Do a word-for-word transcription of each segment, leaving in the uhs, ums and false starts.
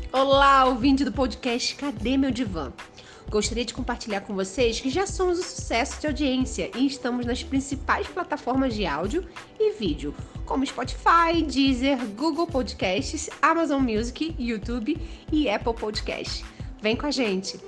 Olá, ouvinte do podcast Cadê Meu Divã? Gostaria de compartilhar com vocês que já somos um sucesso de audiência e estamos nas principais plataformas de áudio e vídeo, como Spotify, Deezer, Google Podcasts, Amazon Music, YouTube e Apple Podcasts. Vem com a gente!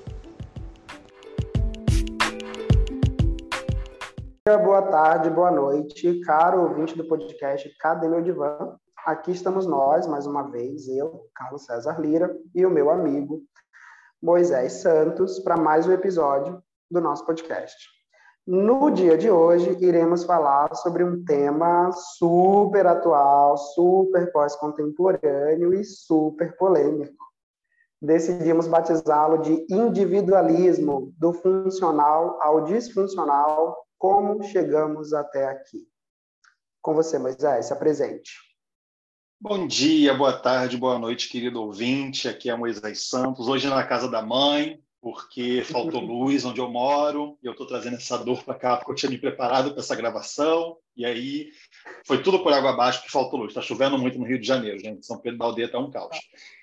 Boa tarde, boa noite, caro ouvinte do podcast Cadê Meu Divã? Aqui estamos nós, mais uma vez, eu, Carlos César Lira, e o meu amigo Moisés Santos, para mais um episódio do nosso podcast. No dia de hoje, iremos falar sobre um tema super atual, super pós-contemporâneo e super polêmico. Decidimos batizá-lo de individualismo, do funcional ao disfuncional, como chegamos até aqui. Com você, Moisés, se apresente. Bom dia, boa tarde, boa noite, querido ouvinte. Aqui é Moisés Santos, hoje na casa da mãe, porque faltou luz onde eu moro, e eu estou trazendo essa dor para cá, porque eu tinha me preparado para essa gravação, e aí foi tudo por água abaixo, porque faltou luz. Está chovendo muito no Rio de Janeiro, gente. São Pedro da Aldeia está um caos.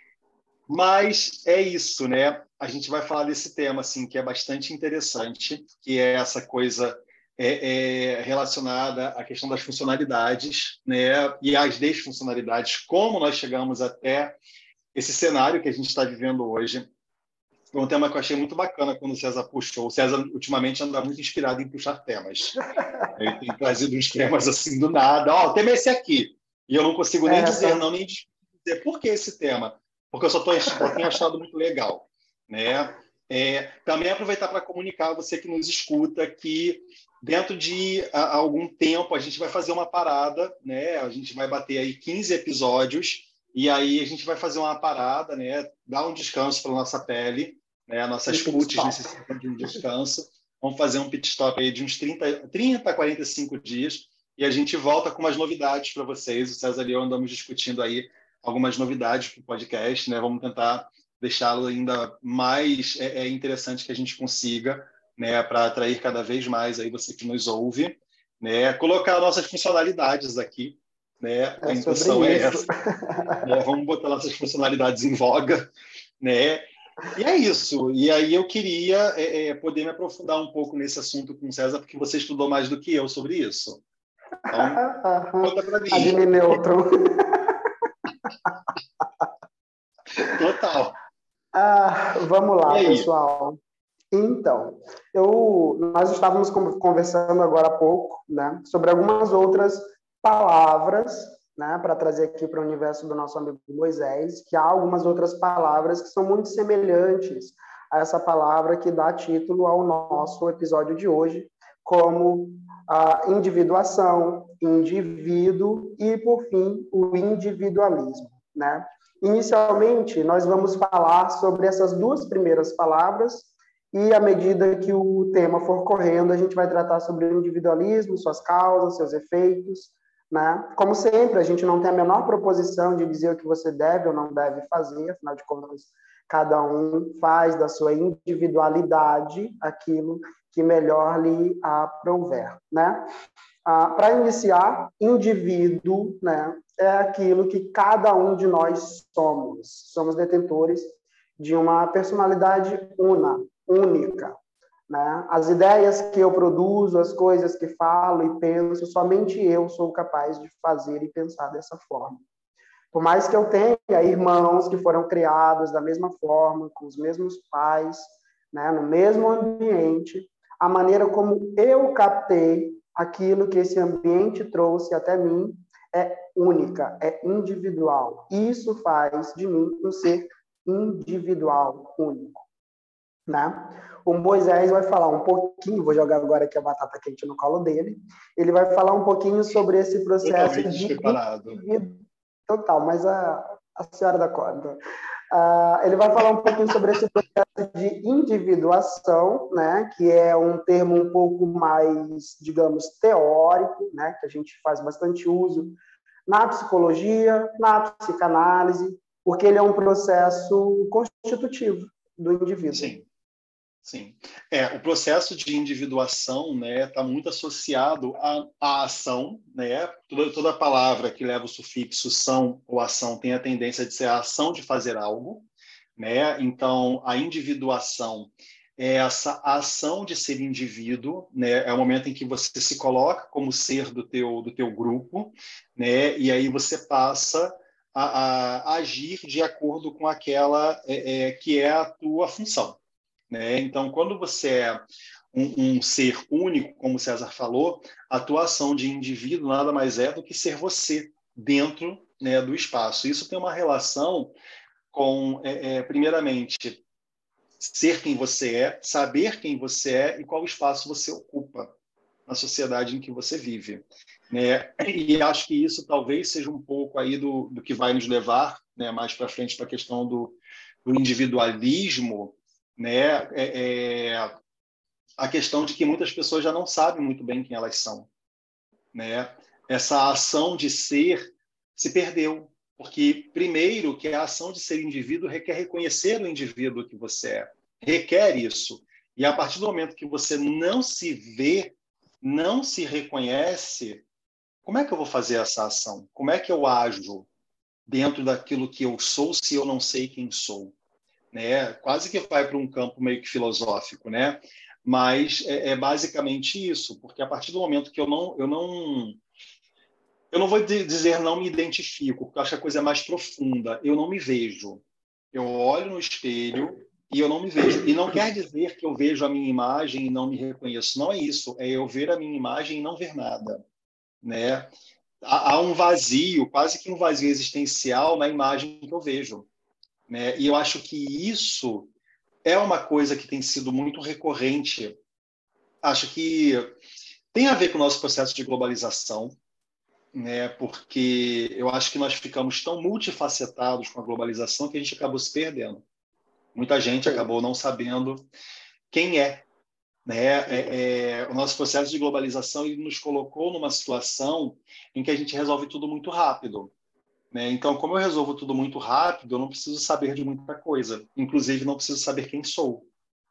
Mas é isso, né? A gente vai falar desse tema, assim, que é bastante interessante, que é essa coisa é, é, relacionada à questão das funcionalidades, né? E às desfuncionalidades, como nós chegamos até esse cenário que a gente está vivendo hoje. Foi um tema que eu achei muito bacana quando o César puxou. O César, ultimamente, anda muito inspirado em puxar temas. Ele tem trazido uns temas assim do nada. Ó, oh, o tema é esse aqui. E eu não consigo nem é, dizer, tá. não, nem dizer por que esse tema. Porque eu só, tô, só tenho achado muito legal, né? É, também aproveitar para comunicar a você que nos escuta que dentro de a, algum tempo a gente vai fazer uma parada, né? A gente vai bater aí quinze episódios e aí a gente vai fazer uma parada, né? Dar um descanso para nossa pele, né? Nossas cutis necessitam de um descanso. Vamos fazer um pit stop aí de uns trinta, trinta, quarenta e cinco dias e a gente volta com umas novidades para vocês. O César e eu andamos discutindo aí algumas novidades para o podcast, né? Vamos tentar deixá-lo ainda mais é, é interessante que a gente consiga, né? Para atrair cada vez mais aí você que nos ouve, né? Colocar nossas funcionalidades aqui, né? A é intenção é essa. Né? Vamos botar nossas funcionalidades em voga, né? E é isso. E aí eu queria é, é, poder me aprofundar um pouco nesse assunto com o César, porque você estudou mais do que eu sobre isso. Então, conta para mim. Admin neutro. Total. Ah, vamos lá, pessoal. Então, eu, nós estávamos conversando agora há pouco, né, sobre algumas outras palavras, né, para trazer aqui para o universo do nosso amigo Moisés, que há algumas outras palavras que são muito semelhantes a essa palavra que dá título ao nosso episódio de hoje, como a individuação, indivíduo e, por fim, o individualismo, né? Inicialmente, nós vamos falar sobre essas duas primeiras palavras e, à medida que o tema for correndo, a gente vai tratar sobre o individualismo, suas causas, seus efeitos, né? Como sempre, a gente não tem a menor proposição de dizer o que você deve ou não deve fazer, afinal de contas, cada um faz da sua individualidade aquilo que melhor lhe aprouver, né? Ah, para iniciar, indivíduo, né, é aquilo que cada um de nós somos. Somos detentores de uma personalidade una, única. Né? As ideias que eu produzo, as coisas que falo e penso, somente eu sou capaz de fazer e pensar dessa forma. Por mais que eu tenha irmãos que foram criados da mesma forma, com os mesmos pais, né, no mesmo ambiente, a maneira como eu captei aquilo que esse ambiente trouxe até mim é única, é individual. Isso faz de mim um ser individual, único. Né? O Moisés vai falar um pouquinho, vou jogar agora aqui a batata quente no colo dele, ele vai falar um pouquinho sobre esse processo Totalmente de... preparado. Total, mas a, a senhora da corda. Uh, ele vai falar um pouquinho sobre esse processo de individuação, né, que é um termo um pouco mais, digamos, teórico, né, que a gente faz bastante uso na psicologia, na psicanálise, porque ele é um processo constitutivo do indivíduo. Sim. Sim. É, o processo de individuação, né, está muito associado à, à ação, né? Toda, toda palavra que leva o sufixo são ou ação tem a tendência de ser a ação de fazer algo, né? Então, a individuação é essa ação de ser indivíduo, né? É o momento em que você se coloca como ser do teu, do teu grupo, né? E aí você passa a, a, a agir de acordo com aquela é, é, que é a tua função, né? Então, quando você é um, um ser único, como o César falou, a tua ação de indivíduo nada mais é do que ser você dentro, né, do espaço. Isso tem uma relação com, é, é, primeiramente, ser quem você é, saber quem você é e qual espaço você ocupa na sociedade em que você vive, né? E acho que isso talvez seja um pouco aí do, do que vai nos levar, né, mais para frente para a questão do, do individualismo, né? É, é a questão de que muitas pessoas já não sabem muito bem quem elas são, né? Essa ação de ser se perdeu, porque, primeiro, que a ação de ser indivíduo requer reconhecer o indivíduo que você é, requer isso. E a partir do momento que você não se vê, não se reconhece, como é que eu vou fazer essa ação? Como é que eu ajo dentro daquilo que eu sou se eu não sei quem sou? Né? Quase que vai para um campo meio que filosófico, né? Mas é, é basicamente isso, porque a partir do momento que eu não, eu não Eu não vou dizer não me identifico, porque eu acho que a coisa é mais profunda. Eu não me vejo. Eu olho no espelho e eu não me vejo. E não quer dizer que eu vejo a minha imagem e não me reconheço. Não é isso. É eu ver a minha imagem e não ver nada, né? Há, há um vazio, quase que um vazio existencial na imagem que eu vejo, né? E eu acho que isso é uma coisa que tem sido muito recorrente. Acho que tem a ver com o nosso processo de globalização, né? Porque eu acho que nós ficamos tão multifacetados com a globalização que a gente acabou se perdendo. Muita gente Sim. acabou não sabendo quem é, né? É, é, o nosso processo de globalização ele nos colocou numa situação em que a gente resolve tudo muito rápido, né? Então, como eu resolvo tudo muito rápido, eu não preciso saber de muita coisa. Inclusive, não preciso saber quem sou,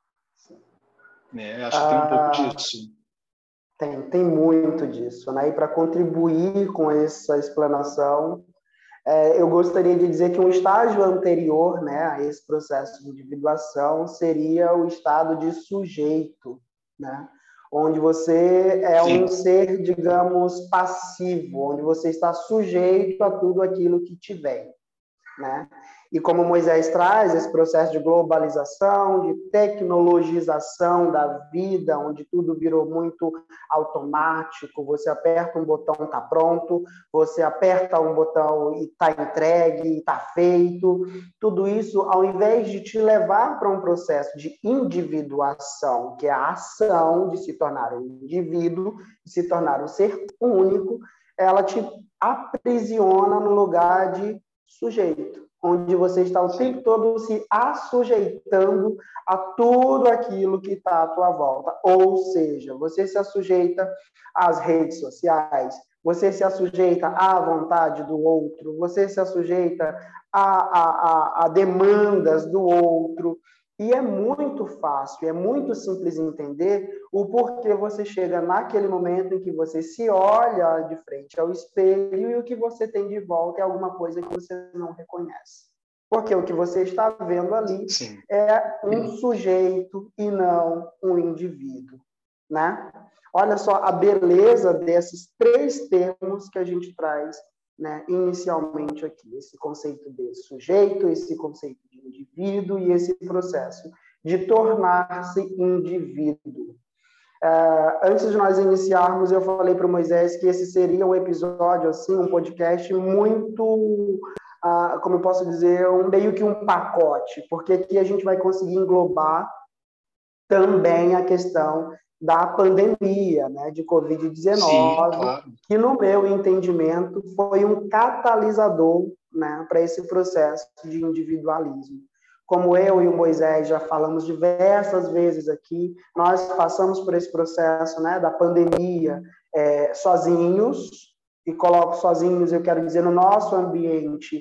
né? Acho que tem um pouco Ah, disso. tem, tem muito disso, né? E para contribuir com essa explanação, é, eu gostaria de dizer que um estágio anterior, né, a esse processo de individuação seria o estado de sujeito, né? Onde você é Sim. um ser, digamos, passivo, onde você está sujeito a tudo aquilo que te vem, né? E como Moisés traz esse processo de globalização, de tecnologização da vida, onde tudo virou muito automático, você aperta um botão, está pronto, você aperta um botão e está entregue, está feito. Tudo isso, ao invés de te levar para um processo de individuação, que é a ação de se tornar um indivíduo, de se tornar um ser único, ela te aprisiona no lugar de sujeito, onde você está o tempo todo se assujeitando a tudo aquilo que está à tua volta. Ou seja, você se assujeita às redes sociais, você se assujeita à vontade do outro, você se assujeita a, a, a, a demandas do outro. E é muito fácil, é muito simples entender o porquê você chega naquele momento em que você se olha de frente ao espelho e o que você tem de volta é alguma coisa que você não reconhece. Porque o que você está vendo ali Sim. é um sujeito e não um indivíduo, né? Olha só a beleza desses três termos que a gente traz, né, inicialmente aqui, esse conceito de sujeito, esse conceito de indivíduo e esse processo de tornar-se indivíduo. Uh, antes de nós iniciarmos, eu falei para o Moisés que esse seria um episódio, assim, um podcast muito, uh, como eu posso dizer, um, meio que um pacote, porque aqui a gente vai conseguir englobar também a questão da pandemia, né, de covid dezenove, Sim, claro. Que, no meu entendimento, foi um catalisador, né, para esse processo de individualismo. Como eu e o Moisés já falamos diversas vezes aqui, nós passamos por esse processo, né, da pandemia é, sozinhos, e coloco sozinhos, eu quero dizer, no nosso ambiente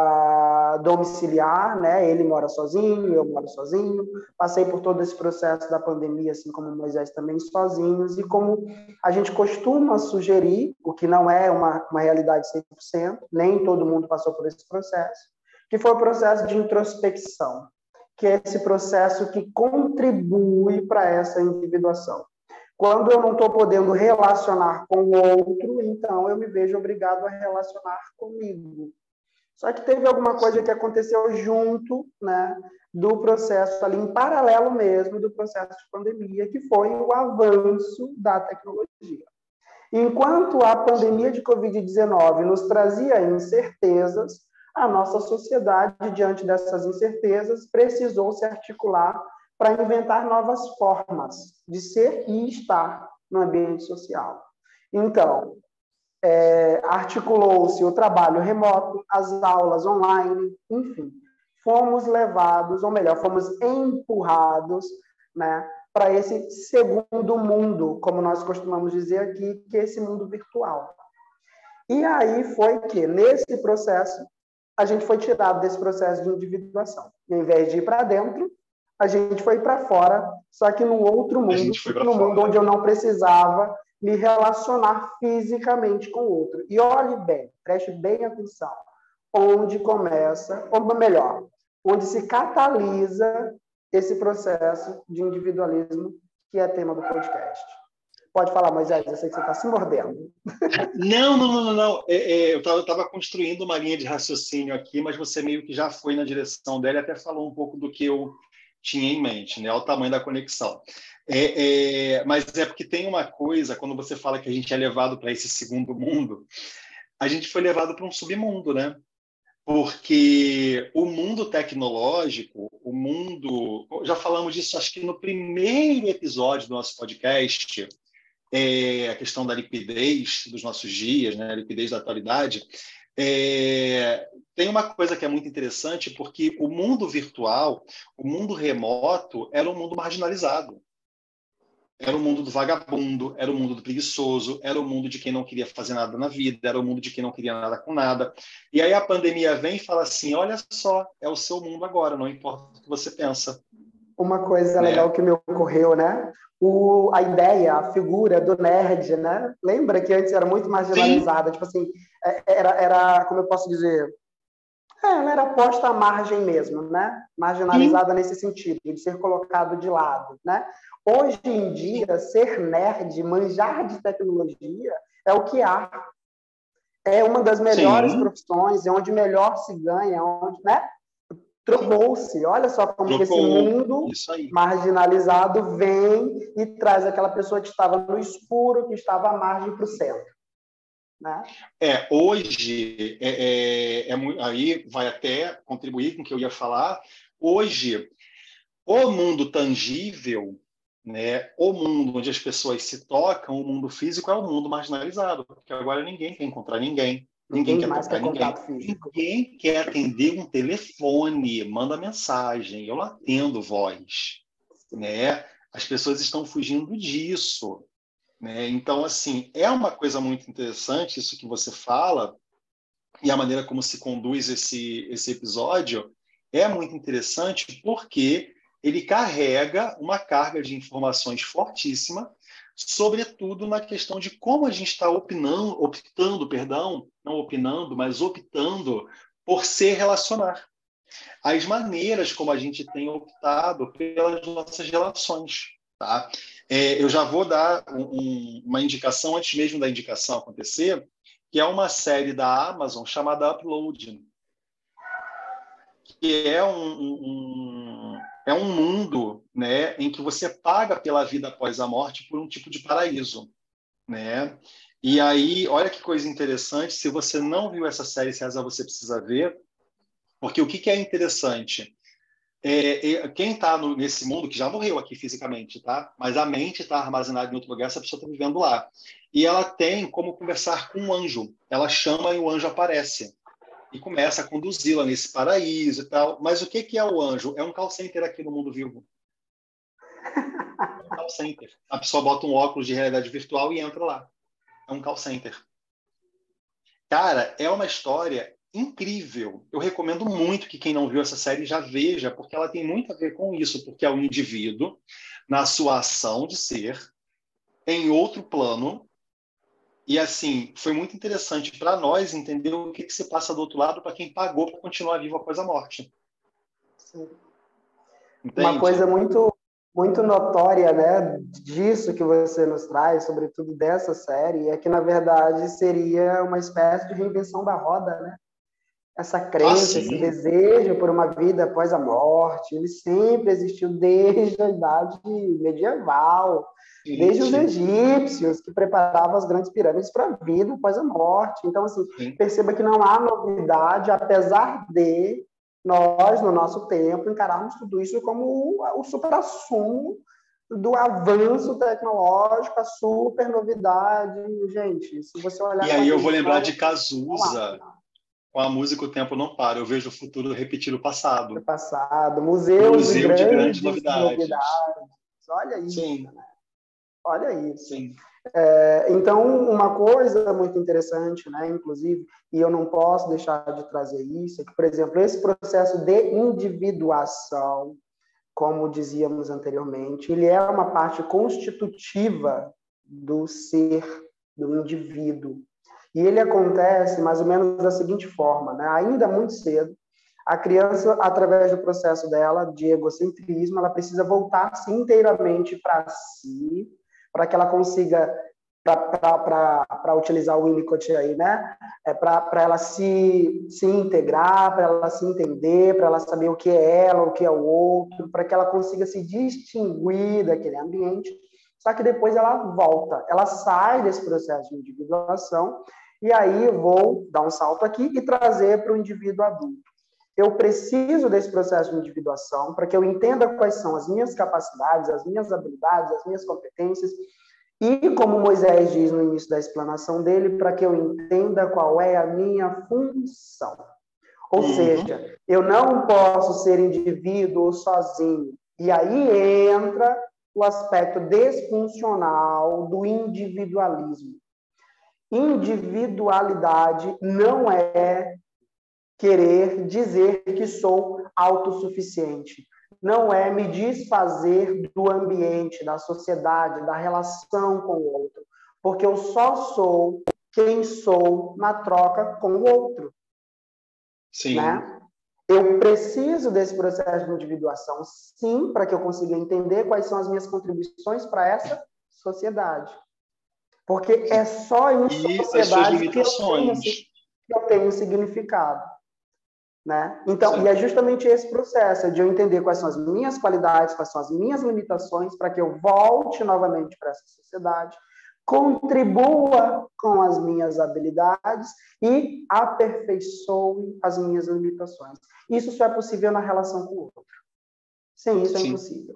Uh, domiciliar, né? Ele mora sozinho, eu moro sozinho. Passei por todo esse processo da pandemia, assim como Moisés também, sozinhos. E como a gente costuma sugerir, o que não é uma, uma realidade cem por cento, nem todo mundo passou por esse processo, que foi o processo de introspecção, que é esse processo que contribui para essa individuação. Quando eu não estou podendo relacionar com o outro, então eu me vejo obrigado a relacionar comigo. Só que teve alguma coisa que aconteceu junto, né, do processo ali, em paralelo mesmo do processo de pandemia, que foi o avanço da tecnologia. Enquanto a pandemia de covid dezenove nos trazia incertezas, a nossa sociedade, diante dessas incertezas, precisou se articular para inventar novas formas de ser e estar no ambiente social. Então, é, articulou-se o trabalho remoto, as aulas online, enfim, fomos levados, ou melhor, fomos empurrados, né, para esse segundo mundo, como nós costumamos dizer aqui, que é esse mundo virtual. E aí foi que, nesse processo, a gente foi tirado desse processo de individuação. Em vez de ir para dentro, a gente foi para fora, só que no outro mundo, no mundo onde eu não precisava me relacionar fisicamente com o outro. E olhe bem, preste bem atenção, onde começa, ou melhor, onde se catalisa esse processo de individualismo, que é tema do podcast. Pode falar, Moisés, eu sei que você está se mordendo. Não, não, não, não. É, é, eu estava construindo uma linha de raciocínio aqui, mas você meio que já foi na direção dela e até falou um pouco do que eu tinha em mente, né? O tamanho da conexão. É, é, mas é porque tem uma coisa, quando você fala que a gente é levado para esse segundo mundo, a gente foi levado para um submundo, né? Porque o mundo tecnológico, o mundo... Já falamos disso, acho que no primeiro episódio do nosso podcast, é, a questão da liquidez dos nossos dias, né? A liquidez da atualidade. É, tem uma coisa que é muito interessante, porque o mundo virtual, o mundo remoto, era um mundo marginalizado. Era o mundo do vagabundo, era o mundo do preguiçoso, era o mundo de quem não queria fazer nada na vida, era o mundo de quem não queria nada com nada. E aí a pandemia vem e fala assim, olha só, é o seu mundo agora, não importa o que você pensa. Uma coisa né? legal que me ocorreu, né? O, a ideia, a figura do nerd, né? Lembra que antes era muito marginalizada? Sim. Tipo assim, era, era, como eu posso dizer... É, ela era posta à margem mesmo, né? Marginalizada Sim. nesse sentido, de ser colocado de lado, né? Hoje em dia, ser nerd, manjar de tecnologia, é o que há. É uma das melhores Sim. profissões, é onde melhor se ganha, onde, né? Trocou-se. Olha só como Trocou. esse mundo marginalizado vem e traz aquela pessoa que estava no escuro, que estava à margem para o centro. Né? É, hoje, é, é, é, aí vai até contribuir com o que eu ia falar, hoje, o mundo tangível, né, o mundo onde as pessoas se tocam, o mundo físico é o mundo marginalizado, porque agora ninguém quer encontrar ninguém, ninguém, ninguém quer mais tocar quer ninguém, contato físico. Ninguém quer atender um telefone, manda mensagem, eu não atendo voz, né? As pessoas estão fugindo disso. Né? Então, assim, é uma coisa muito interessante isso que você fala e a maneira como se conduz esse, esse episódio é muito interessante porque ele carrega uma carga de informações fortíssima, sobretudo na questão de como a gente está opinando, optando, perdão, não opinando, mas optando por se relacionar. As maneiras como a gente tem optado pelas nossas relações. Tá? É, eu já vou dar um, um, uma indicação, antes mesmo da indicação acontecer, que é uma série da Amazon chamada Upload, que é um, um, é um mundo, né, em que você paga pela vida após a morte por um tipo de paraíso. Né? E aí, olha que coisa interessante, se você não viu essa série, César, você precisa ver, porque o que, que é interessante? É, é, quem está nesse mundo, que já morreu aqui fisicamente, tá? Mas a mente está armazenada em outro lugar, essa pessoa está vivendo lá. E ela tem como conversar com um anjo. Ela chama e o anjo aparece. E começa a conduzi-la nesse paraíso e tal. Mas o que, que é o anjo? É um call center aqui no mundo vivo. É um call center. A pessoa bota um óculos de realidade virtual e entra lá. É um call center. Cara, é uma história incrível. Eu recomendo muito que quem não viu essa série já veja, porque ela tem muito a ver com isso, porque é o indivíduo, na sua ação de ser, em outro plano. E, assim, foi muito interessante para nós entender o que, que se passa do outro lado para quem pagou para continuar vivo após a morte. Sim. Entende? Uma coisa muito, muito notória, né, disso que você nos traz, sobretudo dessa série, é que, na verdade, seria uma espécie de reinvenção da roda, né? Essa Ah, crença, esse sim. desejo por uma vida após a morte, ele sempre existiu desde a idade medieval, desde os Sim, egípcios, que preparavam as grandes pirâmides para a vida após a morte. Então, assim, sim. perceba que não há novidade, apesar de nós, no nosso tempo, encararmos tudo isso como o, o suprassumo do avanço tecnológico, a super novidade. Gente, se você olhar E com aí eu vou lembrar atenção, de não há. Cazuza, com a música O Tempo Não Para. Eu vejo o futuro repetir o Do passado. passado, museus de Museu de grandes grandes novidades. novidades. Olha isso, Sim, né? Olha isso. sim. É, então, uma coisa muito interessante, né, inclusive, e eu não posso deixar de trazer isso, é que, por exemplo, esse processo de individuação, como dizíamos anteriormente, ele é uma parte constitutiva do ser, do indivíduo. E ele acontece mais ou menos da seguinte forma, né? Ainda muito cedo, a criança, através do processo dela de egocentrismo, ela precisa voltar-se inteiramente para si, para que ela consiga, para utilizar o Winnicott aí, né? É para ela se, se integrar, para ela se entender, para ela saber o que é ela, o que é o outro, para que ela consiga se distinguir daquele ambiente. Só que depois ela volta, ela sai desse processo de individuação, e aí eu vou dar um salto aqui e trazer para o indivíduo adulto. Eu preciso desse processo de individuação para que eu entenda quais são as minhas capacidades, as minhas habilidades, as minhas competências, e, como Moisés diz no início da explanação dele, para que eu entenda qual é a minha função. Ou Uhum. seja, eu não posso ser indivíduo sozinho. E aí entra o aspecto desfuncional do individualismo. Individualidade não é querer dizer que sou autossuficiente. Não é me desfazer do ambiente, da sociedade, da relação com o outro. Porque eu só sou quem sou na troca com o outro. Sim. Né? Eu preciso desse processo de individuação, sim, para que eu consiga entender quais são as minhas contribuições para essa sociedade. Porque é só em E as suas sociedade que eu tenho, limitações. que eu tenho significado. Né? Então, Sim. e é justamente esse processo de eu entender quais são as minhas qualidades, quais são as minhas limitações, para que eu volte novamente para essa sociedade, contribua com as minhas habilidades e aperfeiçoe as minhas limitações. Isso só é possível na relação com o outro. Sem isso é Sim. impossível.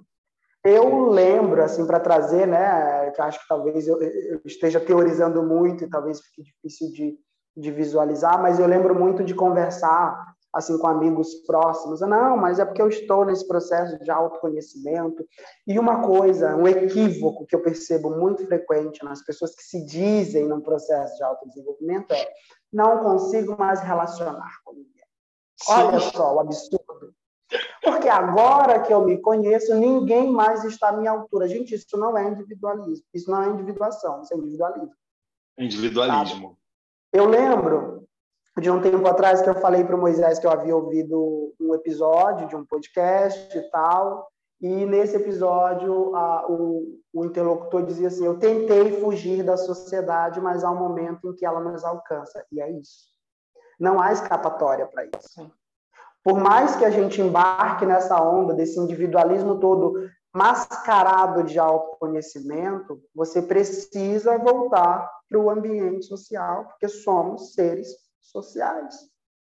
Eu lembro, assim, para trazer, né, que acho que talvez eu, eu esteja teorizando muito e talvez fique difícil de, de visualizar, mas eu lembro muito de conversar assim, com amigos próximos. Não, mas é porque eu estou nesse processo de autoconhecimento. E uma coisa, um equívoco que eu percebo muito frequente nas pessoas que se dizem num processo de autodesenvolvimento é: não consigo mais relacionar com ninguém. Sim. Olha só o absurdo. Porque agora que eu me conheço, ninguém mais está à minha altura. Gente, isso não é individualismo. Isso não é individuação, isso é individualismo. Individualismo. Sabe? Eu lembro de um tempo atrás que eu falei para o Moisés que eu havia ouvido um episódio de um podcast e tal, e nesse episódio a, o, o interlocutor dizia assim: eu tentei fugir da sociedade, mas há um momento em que ela nos alcança, e é isso. Não há escapatória para isso. Por mais que a gente embarque nessa onda desse individualismo todo mascarado de autoconhecimento, você precisa voltar para o ambiente social, porque somos seres sociais.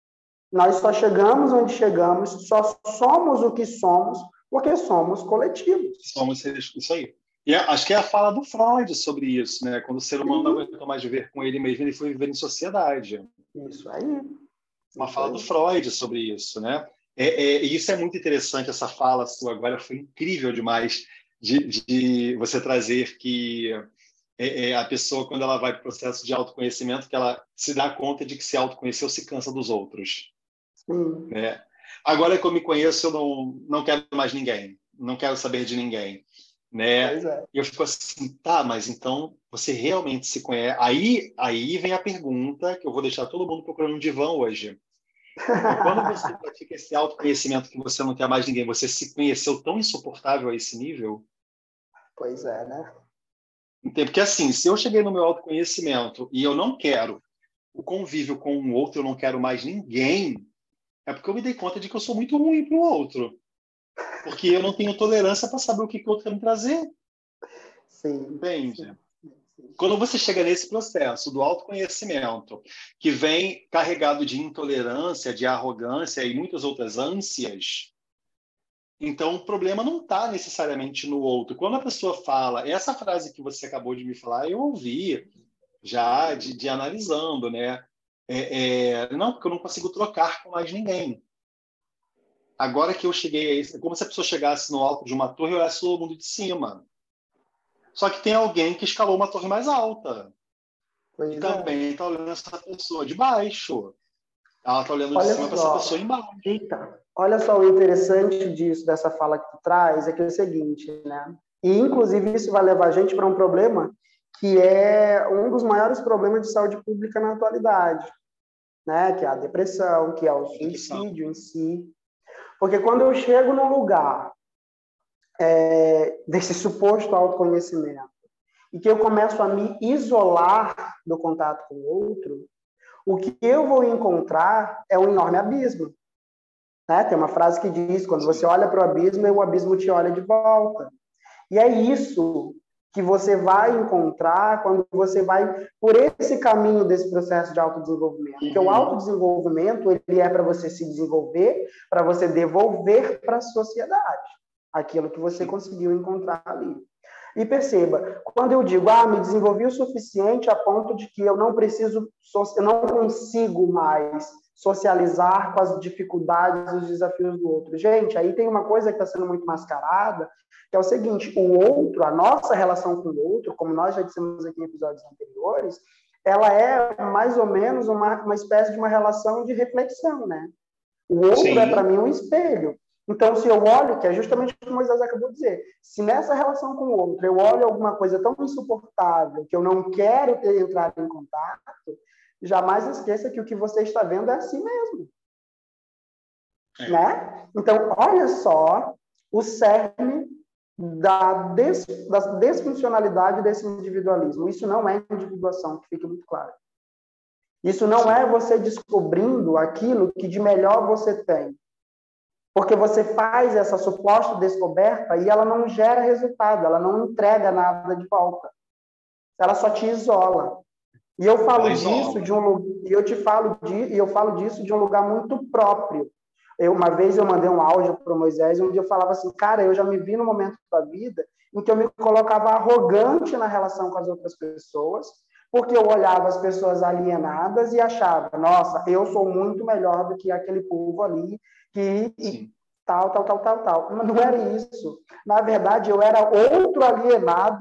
Nós só chegamos onde chegamos, só somos o que somos, porque somos coletivos. Somos seres, isso aí. E acho que é a fala do Freud sobre isso, né? Quando o ser humano não aguentou mais viver com ele mesmo, ele foi viver em sociedade. Isso aí. Uma isso fala aí. do Freud sobre isso, né? É, é, e isso é muito interessante, essa fala sua agora foi incrível demais de, de você trazer que é, é, a pessoa, quando ela vai para o processo de autoconhecimento, que ela se dá conta de que se autoconheceu, se cansa dos outros. Sim. Né? Agora que eu me conheço, eu não, não quero mais ninguém, não quero saber de ninguém. Né? Pois é. E eu fico assim, tá, mas então você realmente se conhece? Aí, aí vem a pergunta que eu vou deixar todo mundo procurando um divã hoje. E quando você pratica esse autoconhecimento que você não quer mais ninguém, você se conheceu tão insuportável a esse nível? Pois é, né? Porque assim, se eu cheguei no meu autoconhecimento e eu não quero o convívio com um outro, eu não quero mais ninguém, é porque eu me dei conta de que eu sou muito ruim para o outro. Porque eu não tenho tolerância para saber o que, que o outro quer me trazer. Sim. Entende? Sim, sim. Quando você chega nesse processo do autoconhecimento, que vem carregado de intolerância, de arrogância e muitas outras ânsias, então o problema não está necessariamente no outro. Quando a pessoa fala, essa frase que você acabou de me falar, eu ouvi já de, de analisando, né? É, é, não, porque eu não consigo trocar com mais ninguém. Agora que eu cheguei a isso, é como se a pessoa chegasse no alto de uma torre e olhasse todo mundo de cima. Só que tem alguém que escalou uma torre mais alta. Pois E é. também está olhando essa pessoa de baixo. Ela está olhando de Olha cima para essa só. pessoa embaixo. Eita, olha só o interessante disso, dessa fala que tu traz, é que é o seguinte, né? E, inclusive, isso vai levar a gente para um problema que é um dos maiores problemas de saúde pública na atualidade, né? Que é a depressão, que é o suicídio em si. Porque quando eu chego num lugar é, desse suposto autoconhecimento e que eu começo a me isolar do contato com o outro, o que eu vou encontrar é um enorme abismo. Né? Tem uma frase que diz, quando você olha para o abismo, o abismo te olha de volta. E é isso que você vai encontrar quando você vai por esse caminho desse processo de autodesenvolvimento. Porque o autodesenvolvimento, ele é para você se desenvolver, para você devolver para a sociedade aquilo que você conseguiu encontrar ali. E perceba, quando eu digo, ah, me desenvolvi o suficiente a ponto de que eu não preciso, eu não consigo mais socializar com as dificuldades e os desafios do outro. Gente, aí tem uma coisa que está sendo muito mascarada, que é o seguinte, o outro, a nossa relação com o outro, como nós já dissemos aqui em episódios anteriores, ela é mais ou menos uma, uma espécie de uma relação de reflexão, né? O outro Sim. é, para mim, um espelho. Então, se eu olho, que é justamente o que o Moisés acabou de dizer, se nessa relação com o outro eu olho alguma coisa tão insuportável que eu não quero ter, entrar em contato, jamais esqueça que o que você está vendo é assim mesmo. É. Né? Então, olha só o cerne da, des, da desfuncionalidade desse individualismo. Isso não é individuação, que fique muito claro. Isso não é você descobrindo aquilo que de melhor você tem. Porque você faz essa suposta descoberta e ela não gera resultado, ela não entrega nada de volta. Ela só te isola. E eu falo disso de um e eu te falo de, e eu falo disso de um lugar muito próprio. Eu, uma vez eu mandei um áudio para o Moisés, onde eu falava assim, cara, eu já me vi no momento da vida em que eu me colocava arrogante na relação com as outras pessoas, porque eu olhava as pessoas alienadas e achava, nossa, eu sou muito melhor do que aquele povo ali, que e tal, tal, tal, tal, tal. Mas não era isso. Na verdade, eu era outro alienado,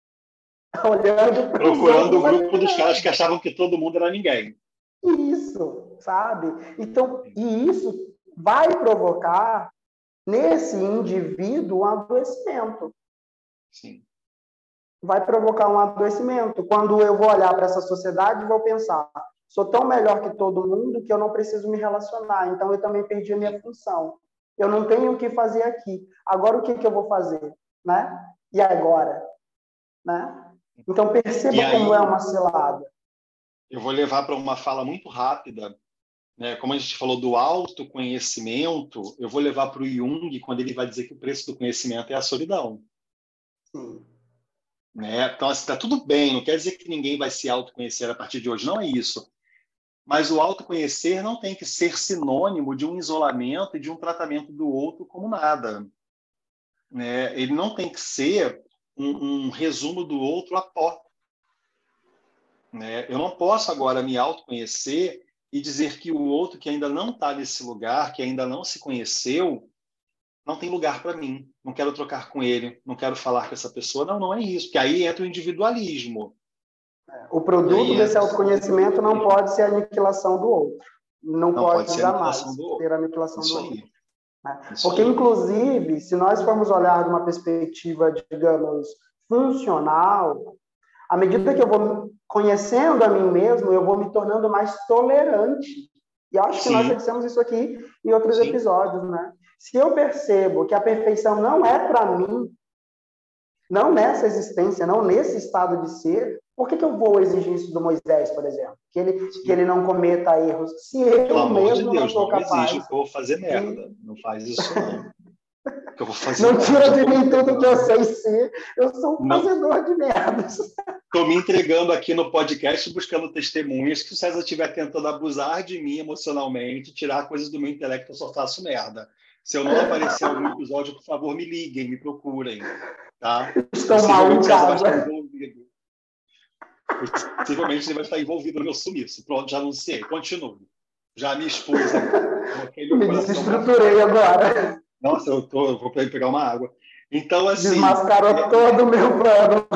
olhando para procurando o grupo dos caras que achavam que todo mundo era ninguém. Isso, sabe? Então, e isso vai provocar nesse indivíduo um adoecimento. Sim. Vai provocar um adoecimento. Quando eu vou olhar para essa sociedade, vou pensar, sou tão melhor que todo mundo que eu não preciso me relacionar, então eu também perdi a minha função. Eu não tenho o que fazer aqui. Agora o que, que eu vou fazer? Né? E agora? Né? Então perceba aí, como é uma cilada. Eu vou levar para uma fala muito rápida, né? Como a gente falou do autoconhecimento, eu vou levar para o Jung, quando ele vai dizer que o preço do conhecimento é a solidão. Sim. Né? Então, assim, tá tudo bem, não quer dizer que ninguém vai se autoconhecer a partir de hoje, não é isso. Mas o autoconhecer não tem que ser sinônimo de um isolamento e de um tratamento do outro como nada. Né? Ele não tem que ser um, um resumo do outro a pó. Né? Eu não posso agora me autoconhecer e dizer que o outro que ainda não está nesse lugar, que ainda não se conheceu, não tem lugar para mim. Não quero trocar com ele, não quero falar com essa pessoa. Não, não é isso. Porque aí entra o individualismo. O produto desse autoconhecimento não pode ser a aniquilação do outro. Não, não pode, pode jamais ser a aniquilação do outro. Né? Porque, aí. Inclusive, se nós formos olhar de uma perspectiva, digamos, funcional, à medida que eu vou conhecendo a mim mesmo, eu vou me tornando mais tolerante E acho que Sim. nós já dissemos isso aqui em outros Sim. episódios, né? Se eu percebo que a perfeição não é para mim, não nessa existência, não nesse estado de ser, por que, que eu vou exigir isso do Moisés, por exemplo? Que ele, que ele não cometa erros, se eu Pelo amor de mesmo não Deus, sou não capaz. exige que eu vou fazer merda. de... Não faz isso, não. Que eu vou fazer Não merda. tira de Já tô mim tudo entregando. que eu sei ser. Eu sou um Não. fazedor de merdas. Estou me entregando aqui no podcast, buscando testemunhas que se o César estiver tentando abusar de mim emocionalmente, tirar coisas do meu intelecto, eu só faço merda. Se eu não aparecer em algum episódio, por favor, me liguem, me procurem. Tá? Estou mal em Possivelmente o César vai casa. estar envolvido. Possivelmente ele vai estar envolvido no meu sumiço. Pronto, já anunciei. Continuo. Já me expus aqui. Me desestruturei agora. Nossa, eu, tô, eu vou pegar uma água. Então, assim... Desmascarou é... todo o meu plano.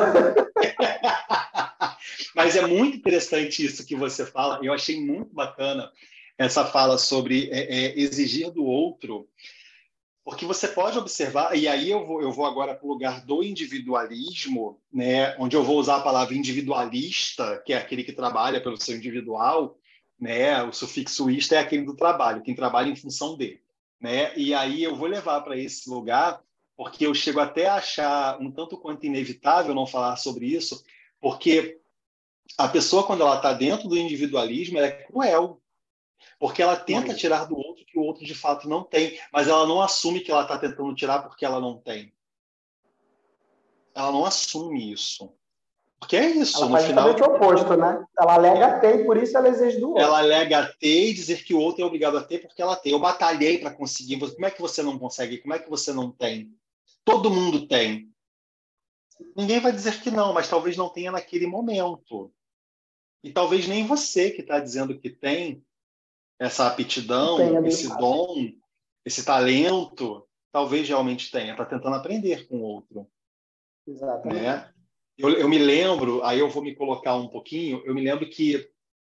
Mas é muito interessante isso que você fala. Eu achei muito bacana essa fala sobre é, é, exigir do outro, porque você pode observar, e aí eu vou, eu vou agora para o lugar do individualismo, né, onde eu vou usar a palavra individualista, que é aquele que trabalha pelo seu individual, né, o sufixo ista é aquele do trabalho, quem trabalha em função dele. Né? E aí eu vou levar para esse lugar, porque eu chego até a achar um tanto quanto inevitável não falar sobre isso, porque a pessoa, quando ela está dentro do individualismo, ela é cruel, porque ela tenta tirar do outro que o outro de fato não tem, mas ela não assume que ela está tentando tirar porque ela não tem. Ela não assume isso. Porque é isso, ela no faz final... o oposto, né? Ela alega ter e por isso ela exige do outro. Ela alega ter e dizer que o outro é obrigado a ter porque ela tem. Eu batalhei para conseguir. Como é que você não consegue? Como é que você não tem? Todo mundo tem. Ninguém vai dizer que não, mas talvez não tenha naquele momento. E talvez nem você que está dizendo que tem essa aptidão, Tenha esse dom, esse talento, talvez realmente tenha. Está tentando aprender com o outro. Exatamente. Né? Eu, eu me lembro, aí eu vou me colocar um pouquinho, eu me lembro que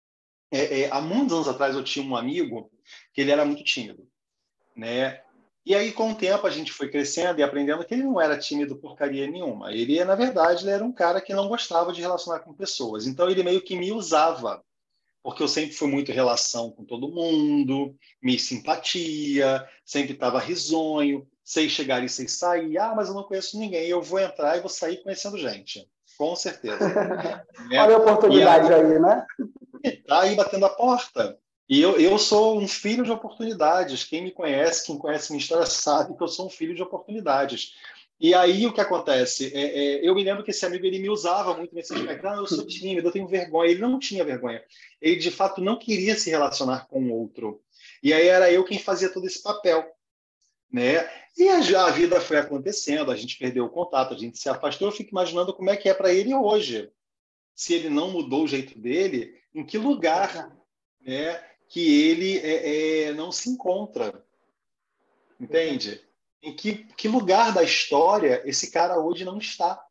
É, é, há muitos anos atrás eu tinha um amigo que ele era muito tímido, né? E aí com o tempo a gente foi crescendo e aprendendo que ele não era tímido porcaria nenhuma. Ele, na verdade, ele era um cara que não gostava de relacionar com pessoas. Então ele meio que me usava, porque eu sempre fui muito relação com todo mundo, me simpatia, sempre estava risonho, sei chegar e sei sair. Ah, mas eu não conheço ninguém. Eu vou entrar e vou sair conhecendo gente, com certeza. Né? Olha a oportunidade aí, aí, né? Está aí batendo a porta. E eu, eu sou um filho de oportunidades. Quem me conhece, quem conhece minha história, sabe que eu sou um filho de oportunidades. E aí o que acontece? É, é, eu me lembro que esse amigo ele me usava muito nesse aspecto. Ah, eu sou tímido, eu tenho vergonha. Ele não tinha vergonha. Ele, de fato, não queria se relacionar com o outro. E aí era eu quem fazia todo esse papel. Né? E a, a vida foi acontecendo, a gente perdeu o contato, a gente se afastou. Eu fico imaginando como é que é para ele hoje. Se ele não mudou o jeito dele, em que lugar, né, que ele é, é, não se encontra? Entende? Em que, que lugar da história esse cara hoje não está?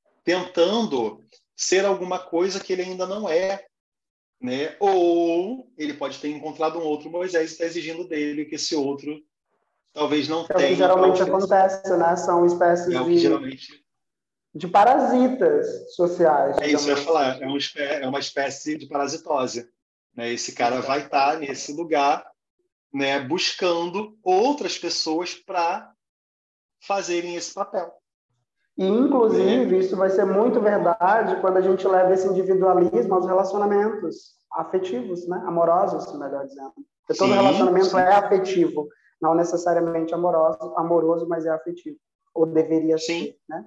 Tentando ser alguma coisa que ele ainda não é. Né? Ou ele pode ter encontrado um outro Moisés e está exigindo dele que esse outro talvez não tenha. É o que geralmente acontece, né? São espécies é o que de... geralmente... de parasitas sociais. É isso que eu ia falar, assim. é, um, é uma espécie de parasitose. Né? Esse cara vai estar nesse lugar, né, buscando outras pessoas para fazerem esse papel. E, inclusive, né? isso vai ser muito verdade quando a gente leva esse individualismo aos relacionamentos afetivos, né? Amorosos, melhor dizendo. Porque todo Sim, relacionamento sim. é afetivo, não necessariamente amoroso, amoroso, mas é afetivo. Ou deveria Sim. ser, né?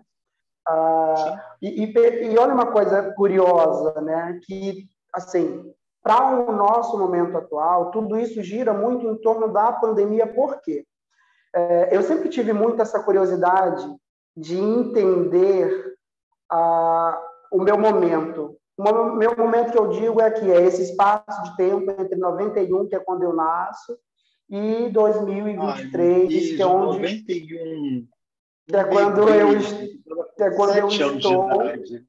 Ah, e, e, e olha uma coisa curiosa, né? Que, assim, para o nosso momento atual, tudo isso gira muito em torno da pandemia. Por quê? É, eu sempre tive muito essa curiosidade de entender ah, o meu momento. O meu momento que eu digo é que é esse espaço de tempo entre noventa e um, que é quando eu nasço, e dois mil e vinte e três, Ai, que é onde... noventa e um. Que é quando eu, que é quando eu Sete anos de estou... idade.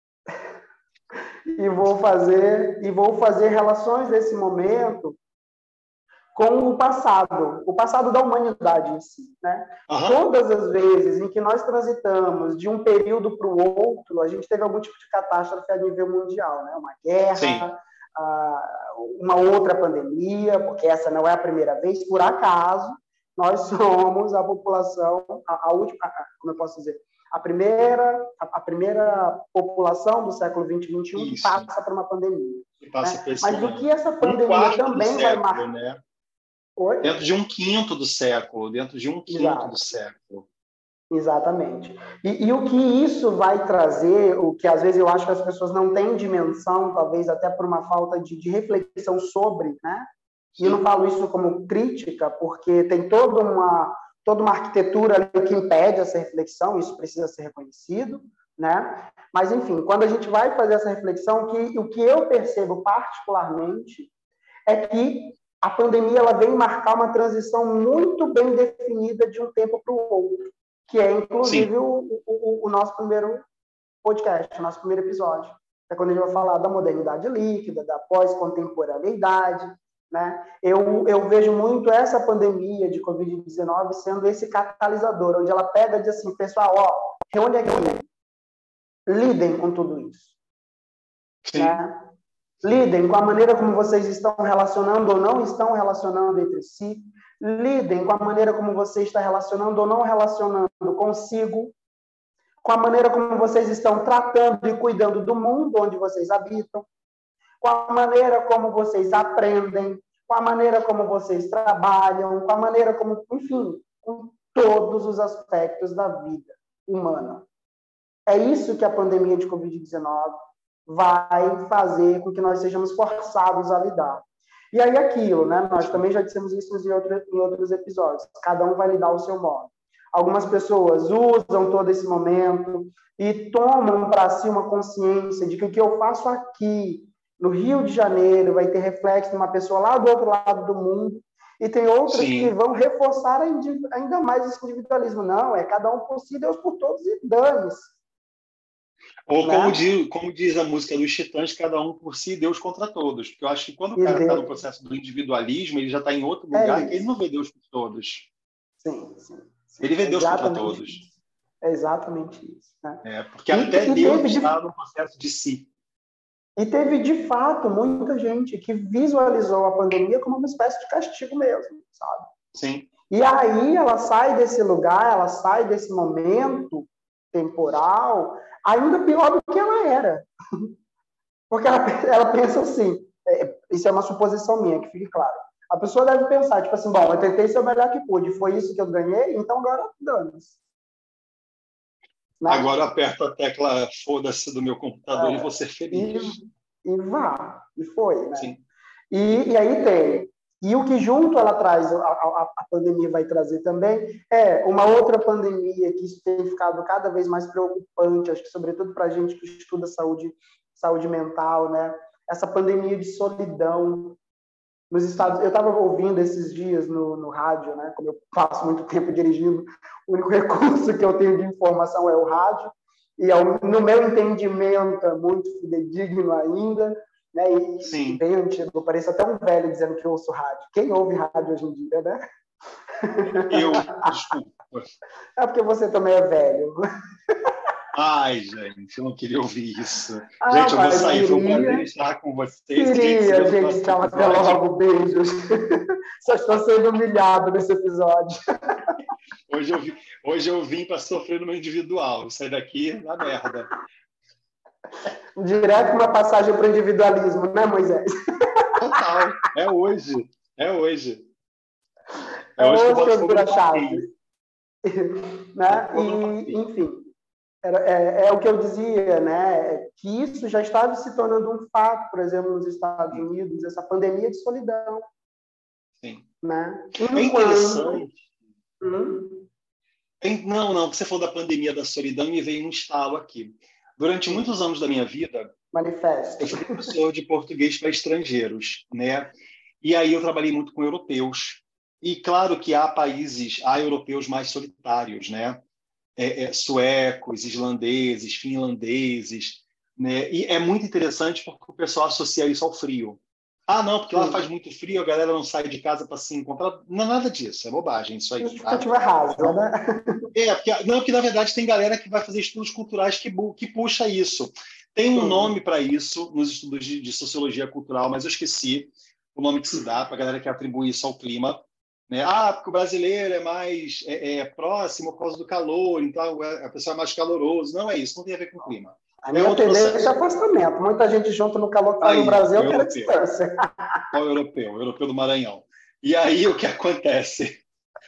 E vou fazer, e vou fazer relações desse momento com o passado, o passado da humanidade em si, né? Uhum. Todas as vezes em que nós transitamos de um período para o outro, a gente teve algum tipo de catástrofe a nível mundial, né? Uma guerra, uh, uma outra pandemia, porque essa não é a primeira vez, por acaso, nós somos a população, a, a última, a, como eu posso dizer, a primeira, a, a primeira população do século vinte e vinte e um que passa por uma pandemia. Que passa né? por esse Mas momento. o que essa pandemia um também século, vai marcar... Né? Oi? Dentro de um quinto do século, dentro de um quinto Exato. do século. Exatamente. E, e o que isso vai trazer, o que às vezes eu acho que as pessoas não têm dimensão, talvez até por uma falta de, de reflexão sobre, né? E eu não falo isso como crítica, porque tem toda uma, toda uma arquitetura ali que impede essa reflexão, isso precisa ser reconhecido, né? Mas, enfim, quando a gente vai fazer essa reflexão, que, o que eu percebo particularmente é que a pandemia ela vem marcar uma transição muito bem definida de um tempo para o outro, que é, inclusive, o, o, o nosso primeiro podcast, o nosso primeiro episódio. É quando a gente vai falar da modernidade líquida, da pós-contemporaneidade, né? Eu, eu vejo muito essa pandemia de covid dezenove sendo esse catalisador, onde ela pega e diz assim, pessoal, ó, reúne aqui, lidem com tudo isso. Né? Lidem com a maneira como vocês estão relacionando ou não estão relacionando entre si. Lidem com a maneira como você está relacionando ou não relacionando consigo. Com a maneira como vocês estão tratando e cuidando do mundo onde vocês habitam. Com a maneira como vocês aprendem. Com a maneira como vocês trabalham. Com a maneira como... Enfim, com todos os aspectos da vida humana. É isso que a pandemia de covid dezenove vai fazer com que nós sejamos forçados a lidar. E aí aquilo, né? Nós também já dissemos isso em, outro, em outros episódios. Cada um vai lidar ao seu modo. Algumas pessoas usam todo esse momento e tomam para si uma consciência de que o que eu faço aqui, no Rio de Janeiro, vai ter reflexo numa pessoa lá do outro lado do mundo. E tem outras Sim. que vão reforçar ainda mais esse individualismo. Não, é cada um por si, Deus por todos e dane-se. Ou como, né? diz, como diz a música dos Titãs, cada um por si, Deus contra todos. Porque eu acho que quando o cara está no processo do individualismo, ele já está em outro lugar, é que ele não vê Deus por todos. Sim, sim. sim. Ele vê é Deus contra todos. Isso. É exatamente isso. Né? É, porque e, até e Deus está de... no processo de si. E teve, de fato, muita gente que visualizou a pandemia como uma espécie de castigo mesmo, sabe? Sim. E aí ela sai desse lugar, ela sai desse momento temporal, ainda pior do que ela era. Porque ela, ela pensa assim, é, isso é uma suposição minha, que fique claro. A pessoa deve pensar, tipo assim, bom, eu tentei ser o melhor que pude, foi isso que eu ganhei, então agora dane-se. Né? Agora aperto a tecla foda-se do meu computador é, e vou ser feliz. E, e vá, e foi, né? Sim. E, e aí tem... E o que junto ela traz, a, a, a pandemia vai trazer também, é uma outra pandemia que isso tem ficado cada vez mais preocupante, acho que sobretudo para a gente que estuda saúde, saúde mental, né? Essa pandemia de solidão. Nos Estados, eu estava ouvindo esses dias no, no rádio, né? Como eu passo muito tempo dirigindo, o único recurso que eu tenho de informação é o rádio, e é, no meu entendimento é muito fidedigno ainda, né? E Sim. bem antigo, pareço até um velho dizendo que eu ouço rádio. Quem ouve rádio hoje em dia, né? Eu, desculpa. É porque você também é velho. Ai, gente, eu não queria ouvir isso. Ah, gente, eu vou sair, queria, foi um prazer estar com vocês. Queria, gente, gente tchau, até logo, beijos. Só estou sendo humilhado nesse episódio. Hoje eu, vi, hoje eu vim para sofrer no meu individual, eu saí daqui na merda. Direto uma passagem para o individualismo, né, Moisés? Total, é hoje, é hoje. É, é hoje que eu viro a chave. Né? E, enfim, era, é, é o que eu dizia, né? Que isso já estava se tornando um fato, por exemplo, nos Estados Unidos, essa pandemia de solidão. Sim. Né? É interessante. Hum? Não, não, você falou da pandemia da solidão e veio um estalo aqui. Durante muitos anos da minha vida, Manifesto. eu fui professor de português para estrangeiros, né? E aí eu trabalhei muito com europeus. E claro que há países, há europeus mais solitários, né? É, é, suecos, islandeses, finlandeses, né? E é muito interessante porque o pessoal associa isso ao frio. Ah, não, porque lá faz muito frio, a galera não sai de casa para se encontrar. Não é nada disso, é bobagem isso aí. Justificativa rasa, né? É, porque, não, porque na verdade tem galera que vai fazer estudos culturais que, que puxa isso. Tem um nome para isso nos estudos de, de sociologia cultural, mas eu esqueci o nome que se dá para a galera que atribui isso ao clima. Né? Ah, porque o brasileiro é mais é, é, próximo por causa do calor, então a pessoa é mais caloroso. Não é isso, não tem a ver com o clima. A é minha outro tendência processo. é afastamento. Muita gente junto no calor que faz no Brasil, eu quero distância. Qual o europeu? O europeu do Maranhão. E aí o que acontece?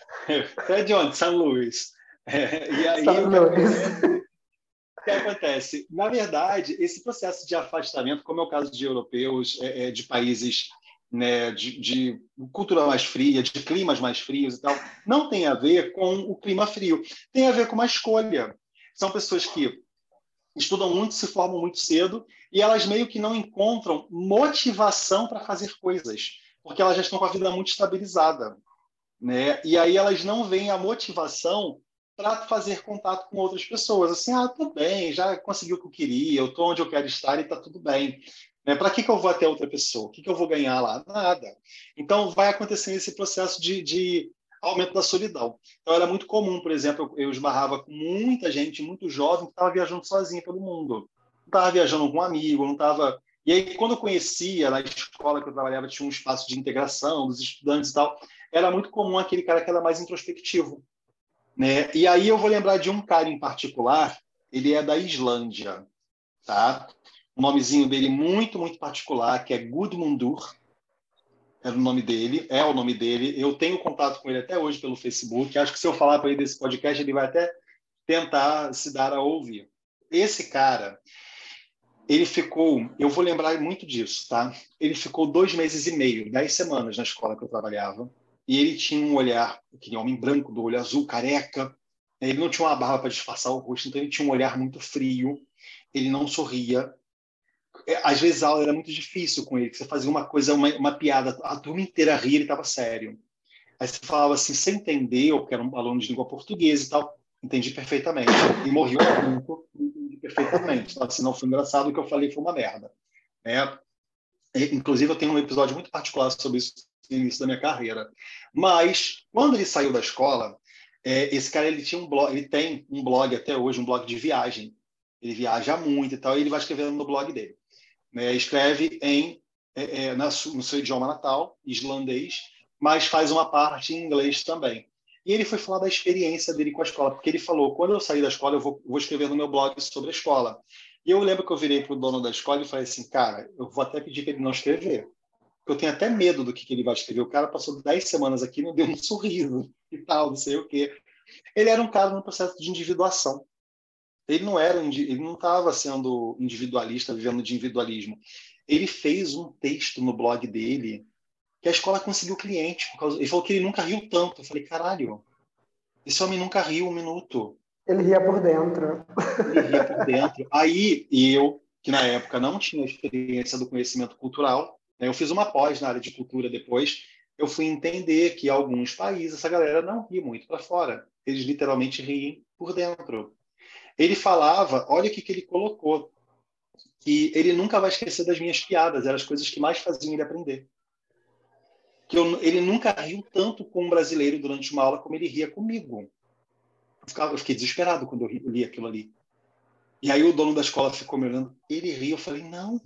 É de onde? São Luís. É, e aí São o que Luís. acontece? O que acontece? Na verdade, esse processo de afastamento, como é o caso de europeus, é, é, de países, né, de, de cultura mais fria, de climas mais frios e tal, não tem a ver com o clima frio. Tem a ver com uma escolha. São pessoas que estudam muito, se formam muito cedo, e elas meio que não encontram motivação para fazer coisas, porque elas já estão com a vida muito estabilizada. Né? E aí elas não veem a motivação para fazer contato com outras pessoas. Assim, ah, tudo bem, já consegui o que eu queria, eu estou onde eu quero estar e está tudo bem. Né? Para que, que eu vou até outra pessoa? O que, que eu vou ganhar lá? Nada. Então, vai acontecer esse processo de, de aumento da solidão. Então, era muito comum, por exemplo, eu, eu esbarrava com muita gente, muito jovem, que estava viajando sozinha pelo mundo. Não estava viajando com um amigo, não estava... E aí, quando eu conhecia, na escola que eu trabalhava, tinha um espaço de integração dos estudantes e tal, era muito comum aquele cara que era mais introspectivo. Né? E aí eu vou lembrar de um cara em particular, ele é da Islândia, tá? O nomezinho dele muito, muito particular, que é Gudmundur, era o nome dele, é o nome dele. Eu tenho contato com ele até hoje pelo Facebook. Acho que se eu falar para ele desse podcast, ele vai até tentar se dar a ouvir. Esse cara, ele ficou, eu vou lembrar muito disso, tá? Ele ficou dois meses e meio, dez semanas na escola que eu trabalhava. E ele tinha um olhar, aquele homem branco, do olho azul, careca. Ele não tinha uma barba para disfarçar o rosto, então ele tinha um olhar muito frio. Ele não sorria. Às vezes a aula era muito difícil com ele. Você fazia uma coisa, uma, uma piada, a turma inteira ria, ele estava sério. Aí você falava assim, sem entender, eu que era um aluno de língua portuguesa e tal, entendi perfeitamente. E morri um pouco, entendi perfeitamente. Então, assim, não foi engraçado, o que eu falei foi uma merda. É, inclusive, eu tenho um episódio muito particular sobre isso no início da minha carreira. Mas, quando ele saiu da escola, é, esse cara ele tinha um blog, ele tem um blog até hoje, um blog de viagem. Ele viaja muito e tal, e ele vai escrevendo no blog dele. Né? Escreve em, é, é, na, no seu idioma natal, islandês, mas faz uma parte em inglês também. E ele foi falar da experiência dele com a escola, porque ele falou, quando eu sair da escola, eu vou, vou escrever no meu blog sobre a escola. E eu lembro que eu virei para o dono da escola e falei assim, cara, eu vou até pedir para ele não escrever. Eu tenho até medo do que, que ele vai escrever. O cara passou dez semanas aqui e não deu um sorriso e tal, não sei o quê. Ele era um cara no processo de individuação. Ele não era, ele não estava sendo individualista, vivendo de individualismo. Ele fez um texto no blog dele que a escola conseguiu cliente. Por causa... Ele falou que ele nunca riu tanto. Eu falei, caralho, esse homem nunca riu um minuto. Ele ria por dentro. Ele ria por dentro. Aí, eu, que na época não tinha experiência do conhecimento cultural, né, eu fiz uma pós na área de cultura depois, eu fui entender que em alguns países essa galera não ri muito para fora. Eles literalmente riem por dentro. Ele falava, olha o que, que ele colocou, que ele nunca vai esquecer das minhas piadas, eram as coisas que mais faziam ele aprender. Que eu, ele nunca riu tanto com um brasileiro durante uma aula como ele ria comigo. Eu, ficava, eu fiquei desesperado quando eu, ri, eu li aquilo ali. E aí o dono da escola ficou me olhando, ele riu, eu falei, não.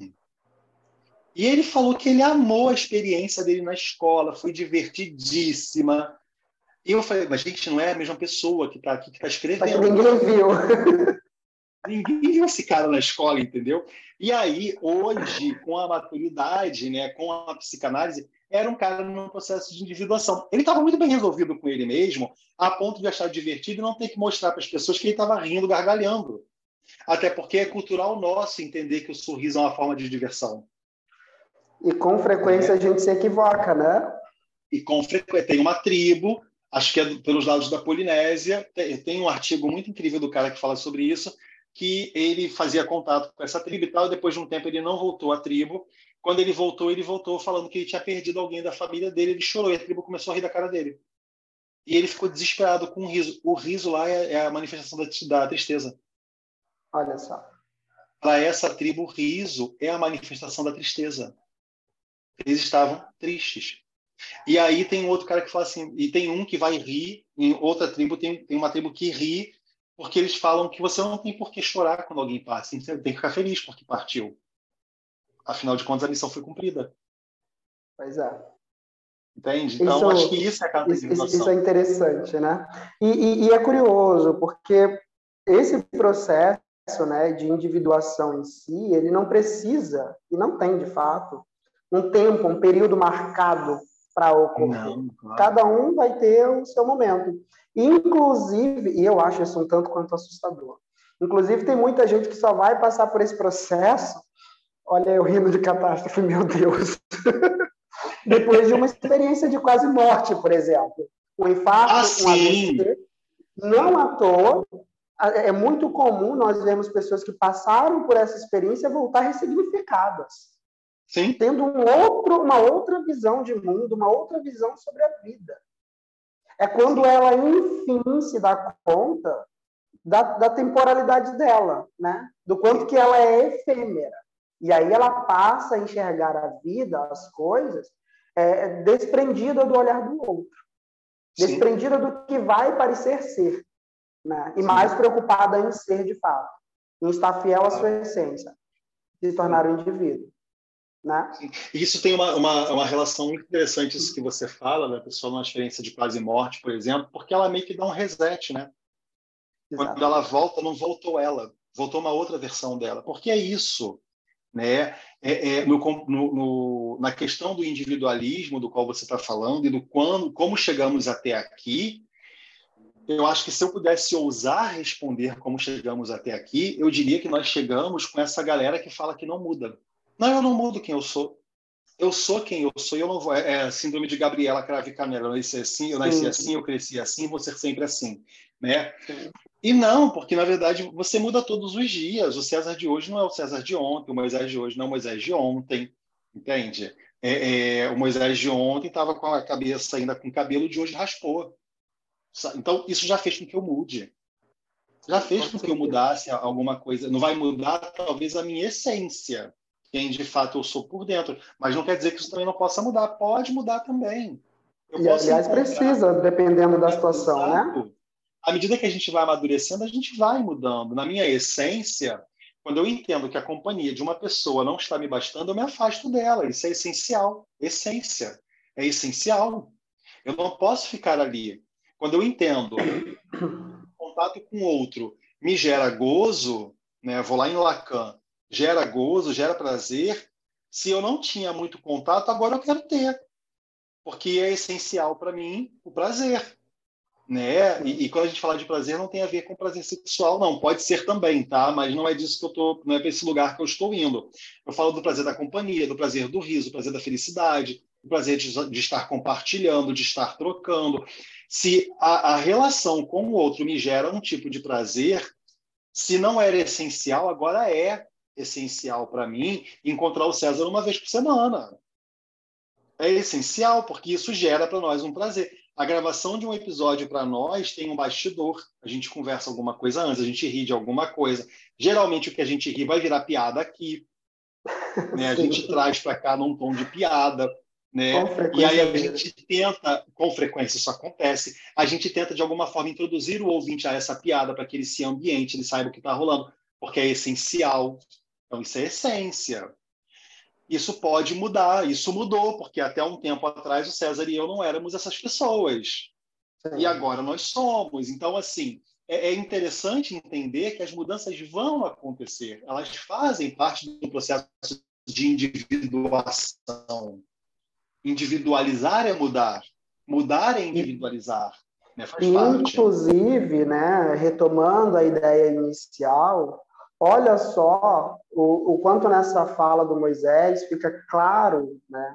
E ele falou que ele amou a experiência dele na escola, foi divertidíssima. E eu falei, mas gente, não é a mesma pessoa que está aqui, que está escrevendo. Só que ninguém viu. Ninguém viu esse cara na escola, entendeu? E aí, hoje, com a maturidade, né, com a psicanálise, era um cara num processo de individuação. Ele estava muito bem resolvido com ele mesmo, a ponto de achar divertido e não ter que mostrar para as pessoas que ele estava rindo, gargalhando. Até porque é cultural nosso entender que o sorriso é uma forma de diversão. E com frequência é. a gente se equivoca, né? E com frequência. Tem uma tribo, acho que é pelos lados da Polinésia, tem um artigo muito incrível do cara que fala sobre isso, que ele fazia contato com essa tribo e tal, e depois de um tempo ele não voltou à tribo. Quando ele voltou, ele voltou falando que ele tinha perdido alguém da família dele, ele chorou e a tribo começou a rir da cara dele. E ele ficou desesperado com o riso. O riso lá é, é a manifestação da, da tristeza. Olha só. Para essa tribo, o riso é a manifestação da tristeza. Eles estavam tristes. E aí tem outro cara que fala assim, e tem um que vai rir, em outra tribo, tem, tem uma tribo que ri Porque eles falam que você não tem por que chorar quando alguém parte, você tem que ficar feliz porque partiu. Afinal de contas, a missão foi cumprida. Pois é. Entende? Então, Isso, acho que isso é a carta de isso, individuação. isso é interessante, né? E, e, e é curioso, porque esse processo, né, de individuação em si, ele não precisa, e não tem, de fato, um tempo, um período marcado para ocorrer. Não, claro. Cada um vai ter o seu momento. Inclusive, e eu acho isso um tanto quanto assustador, inclusive tem muita gente que só vai passar por esse processo, olha eu rindo de catástrofe, meu Deus, depois de uma experiência de quase morte, por exemplo. Um infarto, Ah, um A V C. Não à toa, é muito comum nós vermos pessoas que passaram por essa experiência voltar ressignificadas. Sim. Tendo um outro, uma outra visão de mundo, uma outra visão sobre a vida. É quando ela, enfim, se dá conta da, da temporalidade dela, né? Do quanto que ela é efêmera. E aí ela passa a enxergar a vida, as coisas, é, desprendida do olhar do outro. Sim. Desprendida do que vai parecer ser. Né? E Sim. mais preocupada em ser de fato. Em estar fiel à sua essência. Se tornar um indivíduo. Né? Isso tem uma, uma, uma relação muito interessante, isso que você fala, da pessoa numa experiência de quase morte, por exemplo, porque ela meio que dá um reset, né? Exato. Quando ela volta, não voltou ela, voltou uma outra versão dela. Porque é isso, né? É, é, no, no, no, na questão do individualismo do qual você está falando e do quando, como chegamos até aqui, eu acho que se eu pudesse ousar responder como chegamos até aqui, eu diria que nós chegamos com essa galera que fala que não muda. Não, eu não mudo quem eu sou. Eu sou quem eu sou. Eu não vou. É a síndrome de Gabriela Cravo e Canela. Eu nasci assim, eu nasci assim, eu cresci assim, vou ser sempre assim, né? Sim. E não, porque na verdade você muda todos os dias. O César de hoje não é o César de ontem. O Moisés de hoje não é o Moisés de ontem, entende? É, é, o Moisés de ontem estava com a cabeça ainda com cabelo, de hoje raspou. Então isso já fez com que eu mude. Já fez com que eu mudasse alguma coisa. Não vai mudar talvez a minha essência, quem de fato eu sou por dentro. Mas não quer dizer que isso também não possa mudar. Pode mudar também. Eu e, aliás, encontrar... precisa, dependendo da situação, Exato. Né? À medida que a gente vai amadurecendo, a gente vai mudando. Na minha essência, quando eu entendo que a companhia de uma pessoa não está me bastando, eu me afasto dela. Isso é essencial. Essência. É essencial. Eu não posso ficar ali. Quando eu entendo que o contato com o outro me gera gozo, né? Vou lá em Lacan, gera gozo, gera prazer. Se eu não tinha muito contato, agora eu quero ter. Porque é essencial para mim o prazer. Né? E, e quando a gente fala de prazer, não tem a ver com prazer sexual, não. Pode ser também, tá? Mas não é disso que eu tô, não é para esse lugar que eu estou indo. Eu falo do prazer da companhia, do prazer do riso, do prazer da felicidade, do prazer de, de estar compartilhando, de estar trocando. Se a, a relação com o outro me gera um tipo de prazer, se não era essencial, agora é essencial para mim encontrar o César uma vez por semana. É essencial, porque isso gera para nós um prazer. A gravação de um episódio para nós tem um bastidor. A gente conversa alguma coisa antes, a gente ri de alguma coisa. Geralmente o que a gente ri vai virar piada aqui. Né? A gente traz para cá num tom de piada. Né? E aí a gente tenta, com frequência isso acontece, a gente tenta de alguma forma introduzir o ouvinte a essa piada para que ele se ambiente, ele saiba o que está rolando, porque é essencial. Então isso é essência. Isso pode mudar, isso mudou, porque até um tempo atrás o César e eu não éramos essas pessoas. Sim. E agora nós somos. Então, assim, é, é interessante entender que as mudanças vão acontecer. Elas fazem parte do processo de individuação. Individualizar é mudar. Mudar é individualizar. Né? Faz parte. Inclusive, né, retomando a ideia inicial... Olha só o, o quanto nessa fala do Moisés fica claro, né,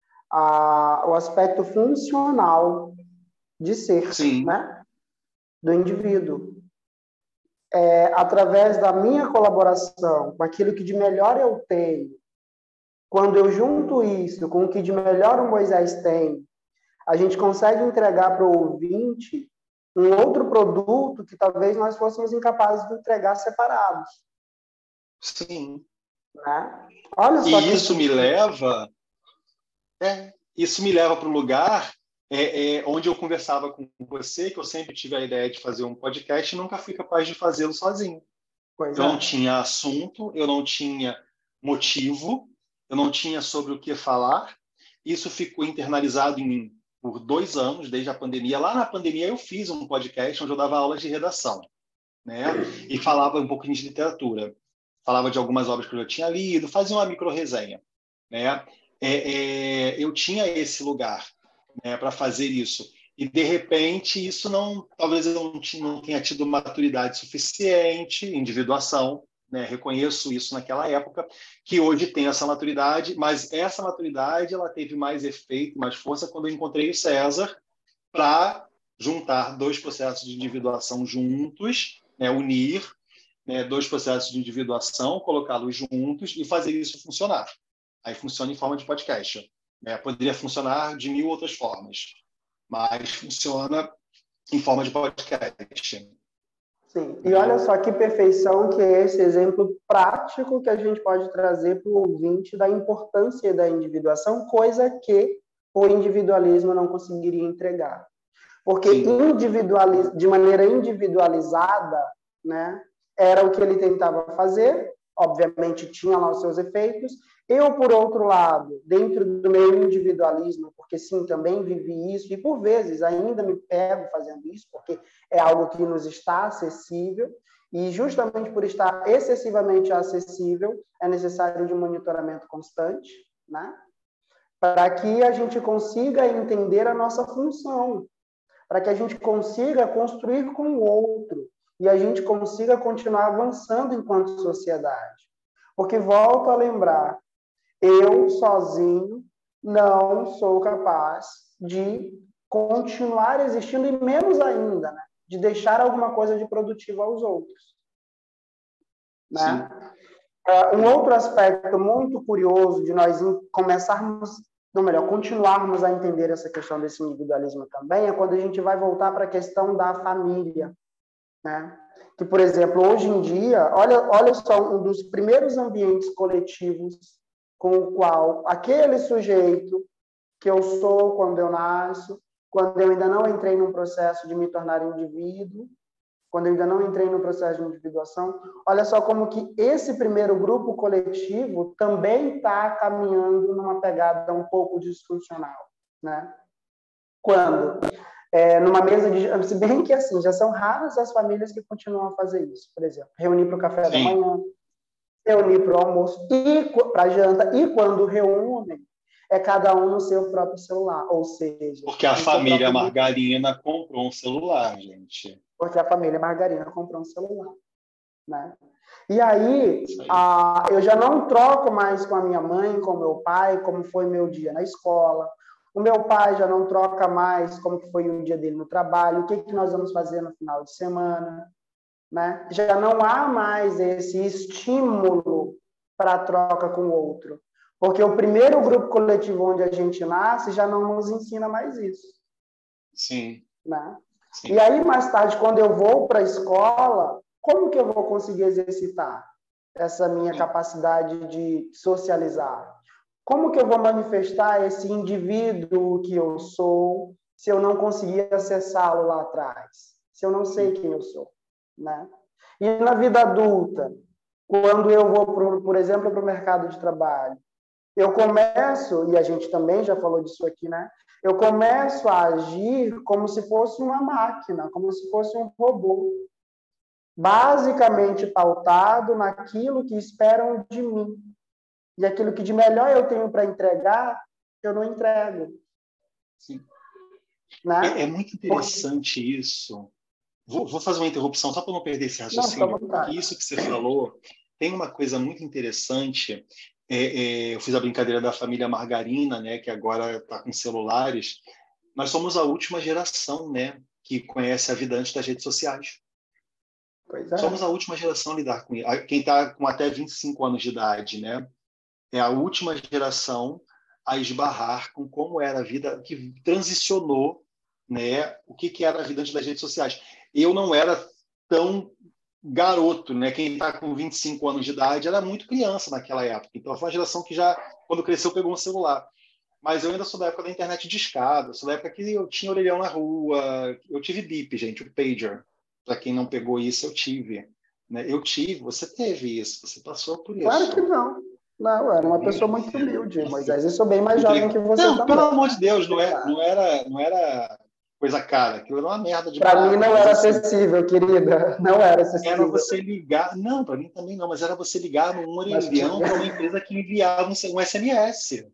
a, o aspecto funcional de ser, Sim. Né, do indivíduo. É, através da minha colaboração com aquilo que de melhor eu tenho, quando eu junto isso com o que de melhor o Moisés tem, a gente consegue entregar para o ouvinte um outro produto que talvez nós fôssemos incapazes de entregar separados. Sim. Né? Olha só e que... isso me leva é, isso me leva para o lugar é, é, onde eu conversava com você, que eu sempre tive a ideia de fazer um podcast e nunca fui capaz de fazê-lo sozinho. Pois Eu é. não tinha assunto, eu não tinha motivo, eu não tinha sobre o que falar. Isso ficou internalizado em mim por dois anos, desde a pandemia. Lá na pandemia eu fiz um podcast onde eu dava aulas de redação, né? E falava um pouquinho de literatura. Falava de algumas obras que eu já tinha lido, fazia uma micro-resenha, né? É, é, eu tinha esse lugar, né, para fazer isso. E, de repente, isso não... Talvez eu não, tinha, não tenha tido maturidade suficiente, individuação, né? Reconheço isso naquela época, que hoje tem essa maturidade, mas essa maturidade ela teve mais efeito, mais força quando eu encontrei o César para juntar dois processos de individuação juntos, né? Unir, né, dois processos de individuação, colocá-los juntos e fazer isso funcionar. Aí funciona em forma de podcast. Né? Poderia funcionar de mil outras formas, mas funciona em forma de podcast. Sim, e olha só que perfeição que é esse exemplo prático que a gente pode trazer para o ouvinte da importância da individuação, coisa que o individualismo não conseguiria entregar. Porque individualiz... de maneira individualizada, né, era o que ele tentava fazer, obviamente tinha lá os seus efeitos. Eu, por outro lado, dentro do meu individualismo, porque sim, também vivi isso, e por vezes ainda me pego fazendo isso, porque é algo que nos está acessível, e justamente por estar excessivamente acessível, é necessário de um monitoramento constante, né? Para que a gente consiga entender a nossa função, para que a gente consiga construir com o outro, e a gente consiga continuar avançando enquanto sociedade. Porque, volto a lembrar, eu, sozinho, não sou capaz de continuar existindo, e menos ainda, né, de deixar alguma coisa de produtivo aos outros. Né? Uh, um outro aspecto muito curioso de nós começarmos, ou melhor, continuarmos a entender essa questão desse individualismo também, é quando a gente vai voltar para a questão da família. Né? Que, por exemplo, hoje em dia, olha, olha só, um dos primeiros ambientes coletivos com o qual aquele sujeito que eu sou quando eu nasço, quando eu ainda não entrei num processo de me tornar indivíduo, quando eu ainda não entrei no processo de individuação, olha só como que esse primeiro grupo coletivo também está caminhando numa pegada um pouco disfuncional. Né? Quando? É, numa mesa de... Se bem que, assim, já são raras as famílias que continuam a fazer isso. Por exemplo, reunir para o café Sim. da manhã, reunir para o almoço, e para a janta, e quando reúnem, é cada um no seu próprio celular, ou seja... Porque a família Margarina comprou um celular, gente. Porque a família Margarina comprou um celular. Né? E aí, aí. A, eu já não troco mais com a minha mãe, com o meu pai, como foi meu dia na escola. O meu pai já não troca mais como foi o dia dele no trabalho, o que, que nós vamos fazer no final de semana. Né? Já não há mais esse estímulo para a troca com o outro. Porque o primeiro grupo coletivo onde a gente nasce já não nos ensina mais isso. Sim. Né? Sim. E aí, mais tarde, quando eu vou para a escola, como que eu vou conseguir exercitar essa minha capacidade de socializar? Como que eu vou manifestar esse indivíduo que eu sou se eu não conseguir acessá-lo lá atrás? Se eu não sei quem eu sou? Né? E na vida adulta, quando eu vou, por, por exemplo, para o mercado de trabalho, eu começo, e a gente também já falou disso aqui, né? Eu começo a agir como se fosse uma máquina, como se fosse um robô, basicamente pautado naquilo que esperam de mim. E aquilo que de melhor eu tenho para entregar, eu não entrego. Sim. Né? É, é muito interessante Porque... isso. Vou, vou fazer uma interrupção só para não perder esse raciocínio. Não, porque isso que você falou tem uma coisa muito interessante. É, é, eu fiz a brincadeira da família Margarina, né, que agora está com celulares. Nós somos a última geração, né, que conhece a vida antes das redes sociais. Pois é. Somos a última geração a lidar com isso. Quem está com até vinte e cinco anos de idade, né? É a última geração a esbarrar com como era a vida, que transicionou, né? O que, que era a vida antes das redes sociais. Eu não era tão garoto, né? Quem está com vinte e cinco anos de idade era muito criança naquela época. Então, foi uma geração que já, quando cresceu, pegou um celular. Mas eu ainda sou da época da internet de escada, sou da época que eu tinha orelhão na rua, eu tive bip, gente, o pager. Para quem não pegou isso, eu tive. Né? Eu tive, você teve isso, você passou por isso. Claro que não. Não, eu era uma pessoa muito humilde, Moisés. Eu sou bem mais jovem que você não, também. Pelo amor de Deus, não, é, não, era, não era coisa cara, aquilo era uma merda de Para mim não era acessível, querida. Não era acessível. Era você ligar... Não, para mim também não, mas era você ligar num orelhão para uma empresa que enviava um S M S.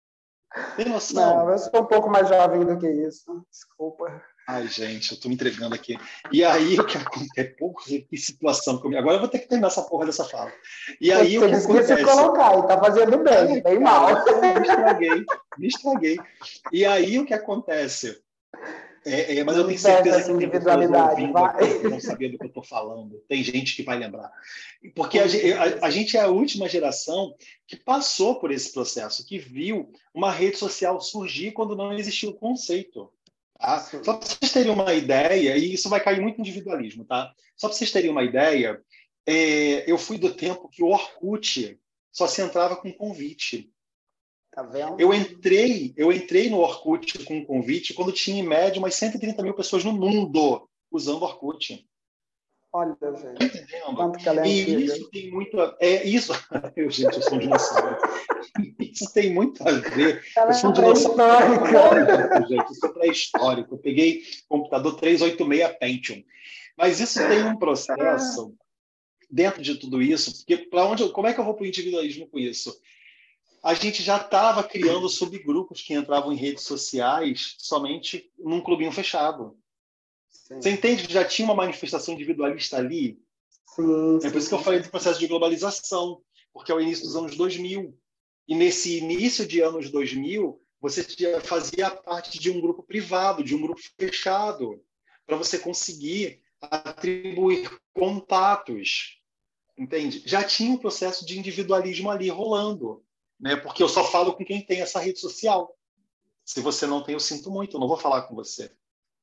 Tem noção? Não, eu sou um pouco mais jovem do que isso. Desculpa. Ai, gente, eu tô me entregando aqui. E aí, o que acontece? Porra, que situação comigo. Agora eu vou ter que terminar essa porra dessa fala. E aí, Você o que disse acontece? Que se colocar, e tá fazendo bem, Ai, bem cara, mal. Me estraguei, me estraguei. E aí, o que acontece? É, é, mas Não eu tenho certeza essa que tem pessoas ouvindo aqui que vão saber do que eu estou falando. Tem gente que vai lembrar. Porque a, a, a gente é a última geração que passou por esse processo, que viu uma rede social surgir quando não existia o conceito. Tá? Só para vocês terem uma ideia, e isso vai cair muito em individualismo, tá? Só para vocês terem uma ideia, é, eu fui do tempo que o Orkut só se entrava com convite. Tá vendo? Eu entrei, eu entrei no Orkut com um convite quando tinha, em média, umas cento e trinta mil pessoas no mundo usando Orkut. Olha, gente. Tá Quanto que ela é e antiga. isso tem muito a... É isso. Eu, gente, eu sou um dinossauro. Isso tem muito a ver. Ela eu sou um é dinossauro. pré-histórica. Gente, eu sou pré-histórico. Eu peguei computador trezentos e oitenta e seis Pentium. Mas isso tem um processo dentro de tudo isso, porque para onde eu... como é que eu vou para o individualismo com isso? A gente já estava criando subgrupos que entravam em redes sociais somente num clubinho fechado. Sim. Você entende que já tinha uma manifestação individualista ali? Sim, é por sim, isso que eu falei do processo de globalização, porque é o início dos anos dois mil. E nesse início de anos dois mil, você fazia parte de um grupo privado, de um grupo fechado, para você conseguir atribuir contatos. Entende? Já tinha um processo de individualismo ali rolando. Né? Porque eu só falo com quem tem essa rede social. Se você não tem, eu sinto muito, eu não vou falar com você.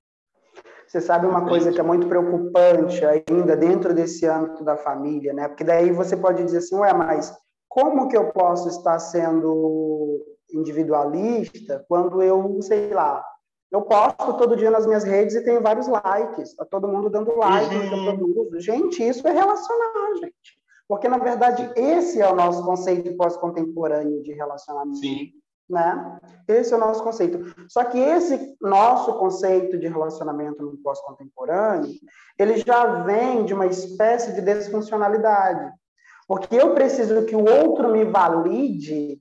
Você sabe uma coisa que é muito preocupante ainda dentro desse âmbito da família, né? Porque daí você pode dizer assim, ué, mas como que eu posso estar sendo individualista quando eu, sei lá, eu posto todo dia nas minhas redes e tenho vários likes, tá todo mundo dando like no que eu produzo. Gente, isso é relacionar, gente. Porque, na verdade, esse é o nosso conceito pós-contemporâneo de relacionamento. Sim. Né? Esse é o nosso conceito. Só que esse nosso conceito de relacionamento no pós-contemporâneo, ele já vem de uma espécie de desfuncionalidade. Porque eu preciso que o outro me valide,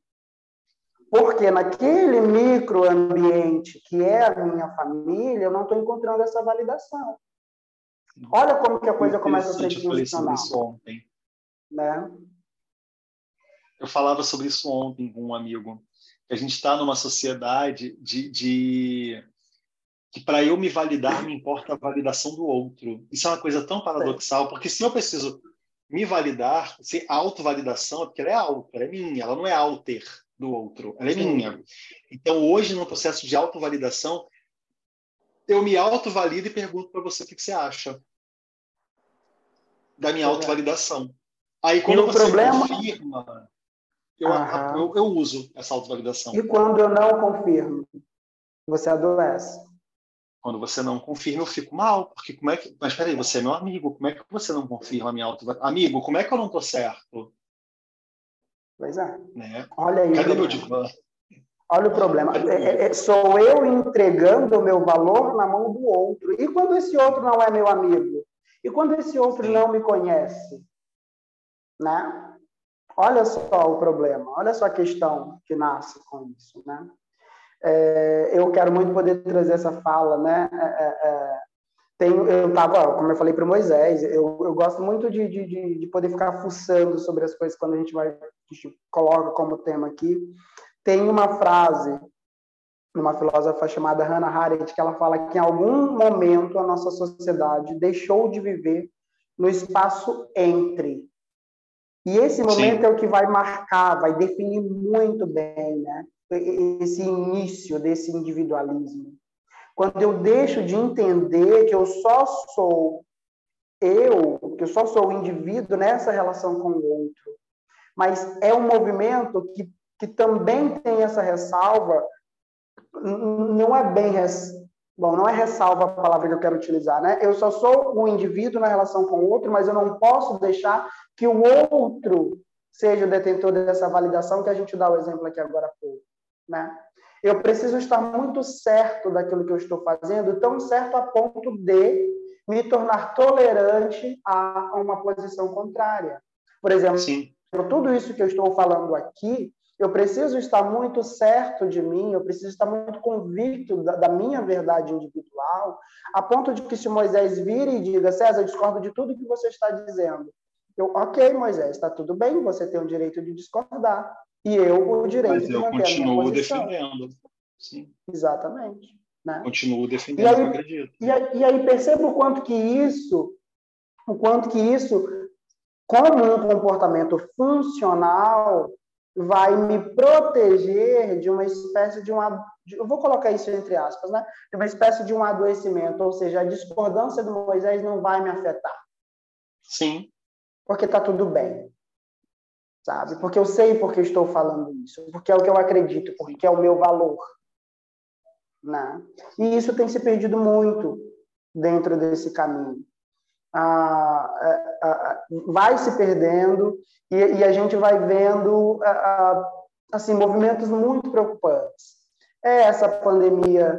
porque naquele microambiente que é a minha família, eu não estou encontrando essa validação. Olha como que a coisa começa a ser disfuncional. Eu falei sobre isso ontem. Né? Eu falava sobre isso ontem com um amigo. Que a gente está numa sociedade de, de... que para eu me validar me importa a validação do outro. Isso é uma coisa tão paradoxal, porque se eu preciso me validar, se autovalidação é porque ela é auto, ela é minha, ela não é alter do outro, ela é Sim. minha. Então, hoje, no processo de autovalidação, eu me autovalido e pergunto para você o que você acha da minha autovalidação. Aí, quando você problema... confirma, eu, eu, eu uso essa autovalidação. E quando eu não confirmo, você adoece. Quando você não confirma, eu fico mal, porque como é que... Mas peraí, você é meu amigo, como é que você não confirma a minha autovalidação? Amigo, como é que eu não estou certo? Pois é. Né? Olha aí. Cadê meu divã? Olha o problema. É, é, sou eu entregando o meu valor na mão do outro. E quando esse outro não é meu amigo? E quando esse outro Sim. não me conhece? Né? Olha só o problema. Olha só a questão que nasce com isso. Né? É, eu quero muito poder trazer essa fala. Né? É, é, tenho, eu estava, como eu falei para o Moisés, eu, eu gosto muito de, de, de poder ficar fuçando sobre as coisas quando a gente vai, a gente coloca como tema aqui. Tem uma frase, uma filósofa chamada Hannah Arendt, que ela fala que em algum momento a nossa sociedade deixou de viver no espaço entre. E esse momento Sim. é o que vai marcar, vai definir muito bem, né, esse início desse individualismo. Quando eu deixo de entender que eu só sou eu, que eu só sou o indivíduo nessa relação com o outro, mas é um movimento que que também tem essa ressalva não é bem... Res... Bom, não é ressalva a palavra que eu quero utilizar, né? Eu só sou um indivíduo na relação com o outro, mas eu não posso deixar que o outro seja o detentor dessa validação, que a gente dá o exemplo aqui agora há pouco, né? Eu preciso estar muito certo daquilo que eu estou fazendo, tão certo a ponto de me tornar tolerante a uma posição contrária. Por exemplo, Sim. tudo isso que eu estou falando aqui, eu preciso estar muito certo de mim, eu preciso estar muito convicto da, da minha verdade individual, a ponto de que se Moisés vire e diga, César, eu discordo de tudo que você está dizendo. Eu, ok, Moisés, está tudo bem, você tem o direito de discordar. E eu o direito Mas de eu manter a minha continuo posição. defendendo. Sim. Exatamente. Né? Continuo defendendo e aí, o que eu acredito. E aí, e aí perceba o quanto que isso, o quanto que isso, como um comportamento funcional, vai me proteger de uma espécie de um, eu vou colocar isso entre aspas, né? De uma espécie de um adoecimento, ou seja, a discordância do Moisés não vai me afetar. Sim. Porque está tudo bem, sabe? Porque eu sei porque eu estou falando isso, porque é o que eu acredito, porque é o meu valor. Né? E isso tem se perdido muito dentro desse caminho. Ah, ah, ah, vai se perdendo e, e a gente vai vendo ah, assim, movimentos muito preocupantes. É essa pandemia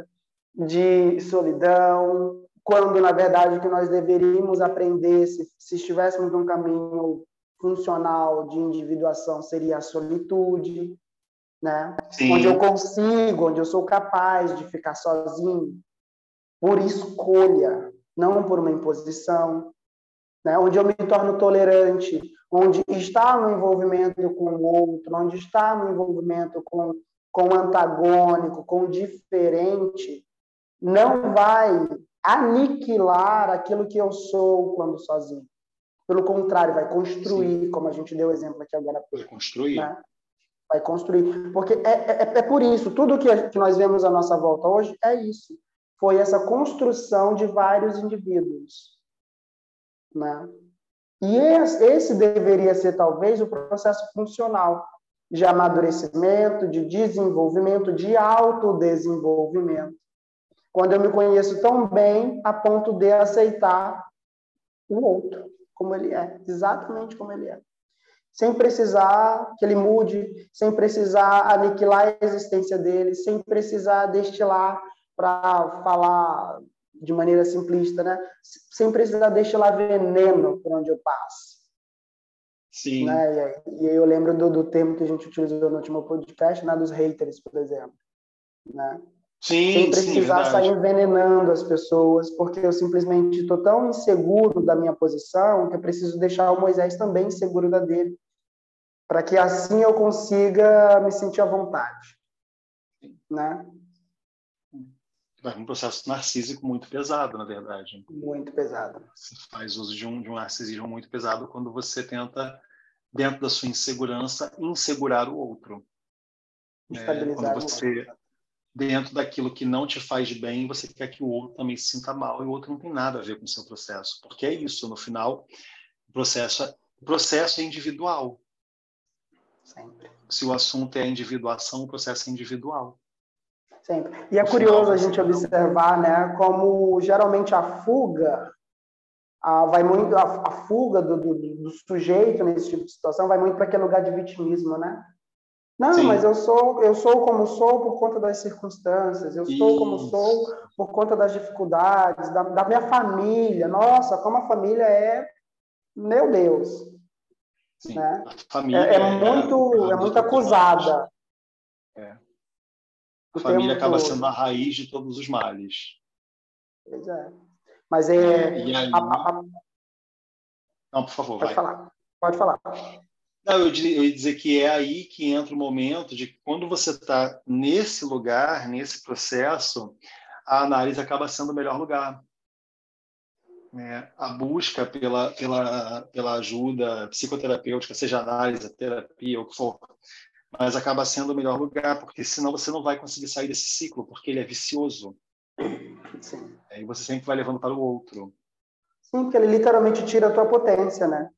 de solidão, quando, na verdade, o que nós deveríamos aprender, se, se estivéssemos num caminho funcional de individuação, seria a solitude, né? Onde eu consigo, onde eu sou capaz de ficar sozinho por escolha, não por uma imposição, né? Onde eu me torno tolerante, onde está no envolvimento com o outro, onde está no envolvimento com, com o antagônico, com o diferente, não vai aniquilar aquilo que eu sou quando sozinho. Pelo contrário, vai construir, Sim. como a gente deu exemplo aqui agora. Vai construir. Né? Vai construir. Porque é, é, é por isso, tudo que, a, que nós vemos à nossa volta hoje é isso. Foi essa construção de vários indivíduos. Né? E esse, esse deveria ser, talvez, o processo funcional de amadurecimento, de desenvolvimento, de autodesenvolvimento. Quando eu me conheço tão bem a ponto de aceitar o outro, como ele é, exatamente como ele é. Sem precisar que ele mude, sem precisar aniquilar a existência dele, sem precisar destilar, para falar de maneira simplista, né? Sem precisar destilar veneno por onde eu passo. Sim. Né? E aí eu lembro do, do termo que a gente utilizou no último podcast, né? Dos haters, por exemplo. Né? Sim, sem precisar sim, sair envenenando as pessoas, porque eu simplesmente estou tão inseguro da minha posição que eu preciso deixar o Moisés também inseguro da dele, para que assim eu consiga me sentir à vontade. Né? É um processo narcísico muito pesado, na verdade. Muito pesado. Você faz uso de um, de um narcisismo muito pesado quando você tenta, dentro da sua insegurança, insegurar o outro. Estabilizar é, quando você... dentro daquilo que não te faz bem, você quer que o outro também se sinta mal, e o outro não tem nada a ver com o seu processo. Porque é isso, no final, o processo é, o processo é individual. Sempre. Se o assunto é a individuação, o processo é individual. Sempre. E é no curioso final, a gente observar, né, como geralmente a fuga, a, vai muito, a, a fuga do, do, do sujeito nesse tipo de situação vai muito para aquele lugar de vitimismo, né? Não, Sim. mas eu sou, eu sou como sou por conta das circunstâncias, eu sou Isso. como sou por conta das dificuldades, da, da minha família. Nossa, como a família é, meu Deus. Sim. Né? A família é, é, muito, é, é muito acusada. É. A família acaba sendo a raiz de todos os males. Pois é. Mas é... é e aí... a, a, a... Não, por favor, Pode vai. falar. Pode falar. Não, eu ia dizer que é aí que entra o momento de que quando você está nesse lugar, nesse processo, a análise acaba sendo o melhor lugar. É, a busca pela, pela, pela ajuda psicoterapêutica, seja análise, terapia, o que for, mas acaba sendo o melhor lugar, porque senão você não vai conseguir sair desse ciclo, porque ele é vicioso. Sim. É, e você sempre vai levando para o outro. Sim, porque ele literalmente tira a tua potência, né?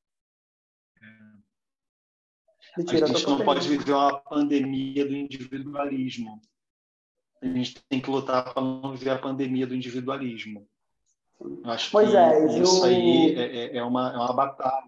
A gente não pode viver uma pandemia do individualismo. a gente tem que lutar para não viver a pandemia do individualismo. Eu acho Pois que é, isso o... aí é, é, uma, é uma batalha.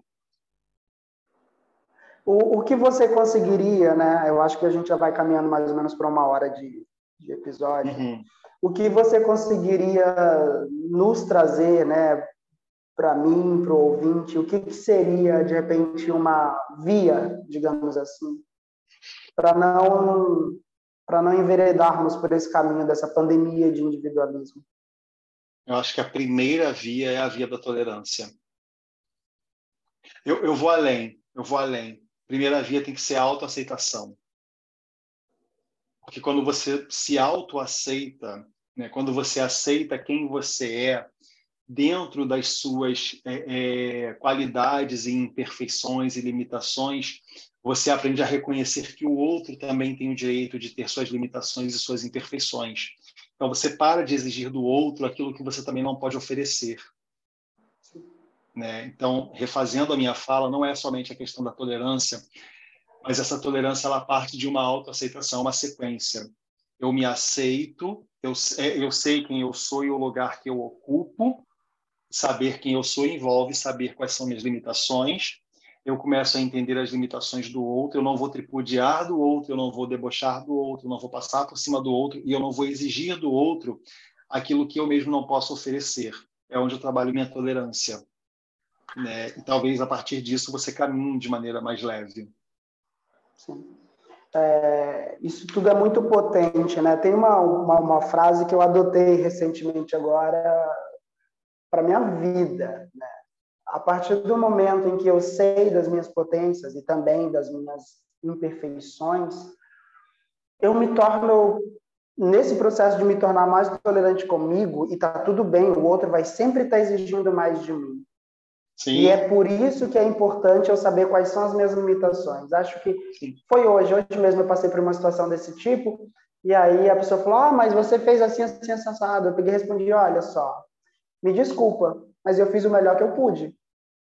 O, o que você conseguiria, né? Eu acho que a gente já vai caminhando mais ou menos para uma hora de, de episódio. Uhum. O que você conseguiria nos trazer, né? Para mim, para o ouvinte, o que, que seria, de repente, uma via, digamos assim, para não, para não enveredarmos por esse caminho dessa pandemia de individualismo? Eu acho que a primeira via é a via da tolerância. Eu, eu vou além, eu vou além. A primeira via tem que ser a autoaceitação. Porque quando você se autoaceita, né, quando você aceita quem você é, dentro das suas é, é, qualidades e imperfeições e limitações, você aprende a reconhecer que o outro também tem o direito de ter suas limitações e suas imperfeições. Então, você para de exigir do outro aquilo que você também não pode oferecer. Né? Então, refazendo a minha fala, não é somente a questão da tolerância, mas essa tolerância ela parte de uma autoaceitação, uma sequência. Eu me aceito, eu, eu sei quem eu sou e o lugar que eu ocupo. Saber quem eu sou envolve saber quais são minhas limitações. Eu começo a entender as limitações do outro, eu não vou tripudiar do outro, eu não vou debochar do outro, eu não vou passar por cima do outro e eu não vou exigir do outro aquilo que eu mesmo não posso oferecer. É onde eu trabalho minha tolerância. Né? E talvez a partir disso você caminhe de maneira mais leve. Sim. É, isso tudo é muito potente, né? Tem uma, uma, uma frase que eu adotei recentemente agora para minha vida, né? A partir do momento em que eu sei das minhas potências e também das minhas imperfeições, eu me torno, nesse processo de me tornar mais tolerante comigo, e tá tudo bem, o outro vai sempre estar exigindo mais de mim. Sim. E é por isso que é importante eu saber quais são as minhas limitações. Acho que Sim. foi hoje, hoje mesmo eu passei por uma situação desse tipo, e aí a pessoa falou, ah, mas você fez assim, assim, assado. Eu peguei e respondi, olha só, me desculpa, mas eu fiz o melhor que eu pude.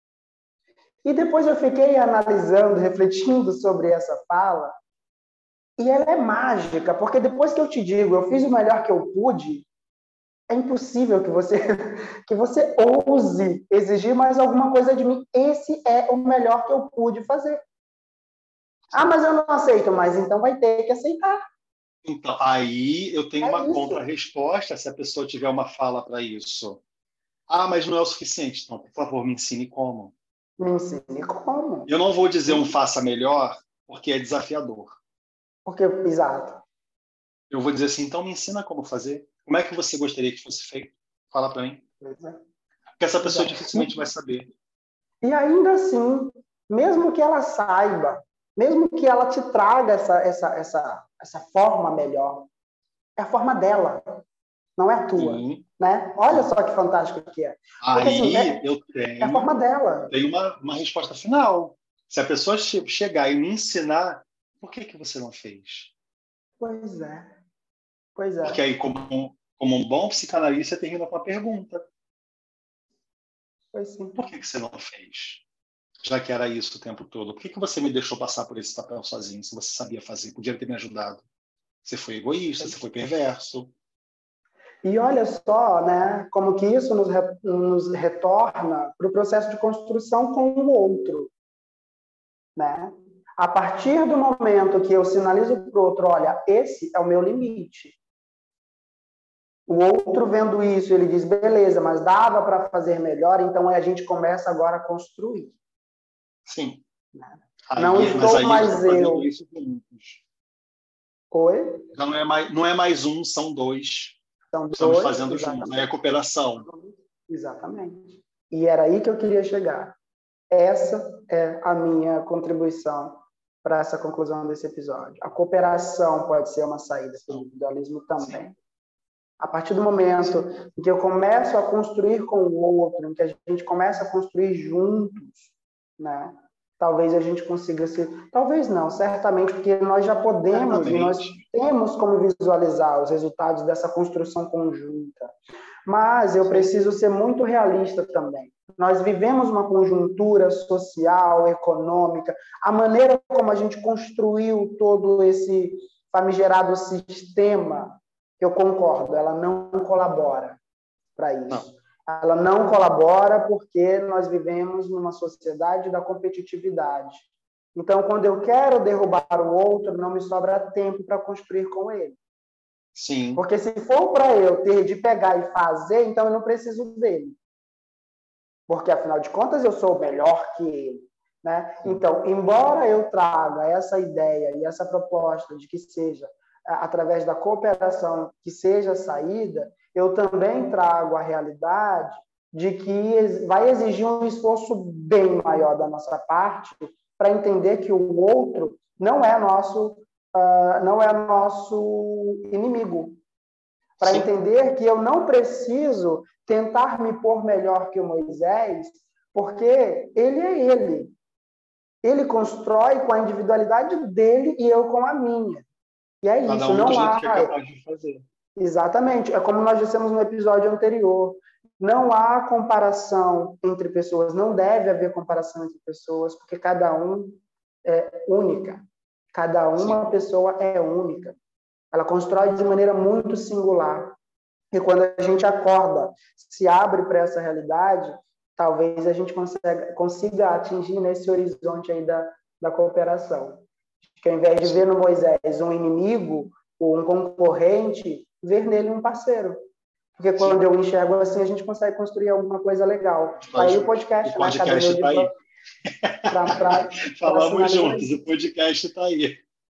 E depois eu fiquei analisando, refletindo sobre essa fala, e ela é mágica, porque depois que eu te digo, eu fiz o melhor que eu pude, é impossível que você, que você ouse exigir mais alguma coisa de mim. Esse é o melhor que eu pude fazer. Ah, mas eu não aceito, mas então vai ter que aceitar. Então, aí eu tenho É uma isso. contra-resposta se a pessoa tiver uma fala para isso. Ah, mas não é o suficiente. Então, por favor, me ensine como. Me ensine como. Eu não vou dizer um faça melhor, porque é desafiador. Porque, exato. Eu vou dizer assim, então me ensina como fazer. Como é que você gostaria que fosse feito? Fala para mim. Pois é. Porque essa pessoa Exato. dificilmente vai saber. E ainda assim, mesmo que ela saiba, mesmo que ela te traga essa, essa, essa, essa forma melhor, é a forma dela, não é a tua. Sim. Né? Olha só que fantástico que é. Porque, Aí assim, é, eu tenho, é a forma dela. eu tenho uma, uma resposta final. Se a pessoa che- chegar e me ensinar, por que, que você não fez? Pois é. Pois é. Porque aí, como um, como um bom psicanalista, termina com a pergunta. Pois sim. Por que, que você não fez? Já que era isso o tempo todo. Por que, que você me deixou passar por esse papel sozinho, se você sabia fazer? Podia ter me ajudado. Você foi egoísta, você foi perverso. E olha só, né, como que isso nos, re, nos retorna para o processo de construção com o outro. Né? A partir do momento que eu sinalizo para o outro, olha, esse é o meu limite. O outro vendo isso, ele diz, beleza, mas dava para fazer melhor, então a gente começa agora a construir. Sim. Né? Aí, não estou aí mais eu. Isso juntos. Oi? Já não é mais, não é mais um, são dois. São Estamos dois, fazendo juntos. Aí é cooperação. Exatamente. E era aí que eu queria chegar. Essa é a minha contribuição para essa conclusão desse episódio. A cooperação pode ser uma saída para o individualismo também. Sim. A partir do momento em que eu começo a construir com o outro, em que a gente começa a construir juntos, né? Talvez a gente consiga se... Talvez não, certamente, porque nós já podemos certamente. E nós temos como visualizar os resultados dessa construção conjunta. Mas eu preciso ser muito realista também. Nós vivemos uma conjuntura social, econômica, a maneira como a gente construiu todo esse famigerado sistema Eu concordo, ela não colabora para isso. Não. Ela não colabora porque nós vivemos numa sociedade da competitividade. Então, quando eu quero derrubar o outro, não me sobra tempo para construir com ele. Sim. Porque se for para eu ter de pegar e fazer, então eu não preciso dele. Porque, afinal de contas, eu sou melhor que ele. Né? Então, embora eu traga essa ideia e essa proposta de que seja através da cooperação que seja a saída, eu também trago a realidade de que vai exigir um esforço bem maior da nossa parte para entender que o outro não é nosso, uh, não é nosso inimigo. Para entender que eu não preciso tentar me pôr melhor que o Moisés, porque ele é ele. Ele constrói com a individualidade dele e eu com a minha. E é Cada isso, um não do jeito há... que é capaz de fazer. Exatamente. É como nós dissemos no episódio anterior. Não há comparação entre pessoas, não deve haver comparação entre pessoas, porque cada um é única. Cada uma Sim. pessoa é única. Ela constrói de maneira muito singular. E quando a gente acorda, se abre para essa realidade, talvez a gente consiga, consiga atingir nesse horizonte aí da, da cooperação. Que ao invés de ver no Moisés um inimigo ou um concorrente, ver nele um parceiro. Porque quando Sim. eu enxergo assim, a gente consegue construir alguma coisa legal. Pode, aí o podcast, o podcast está né? aí. Pra, pra, Falamos pra juntos, isso. O podcast está aí.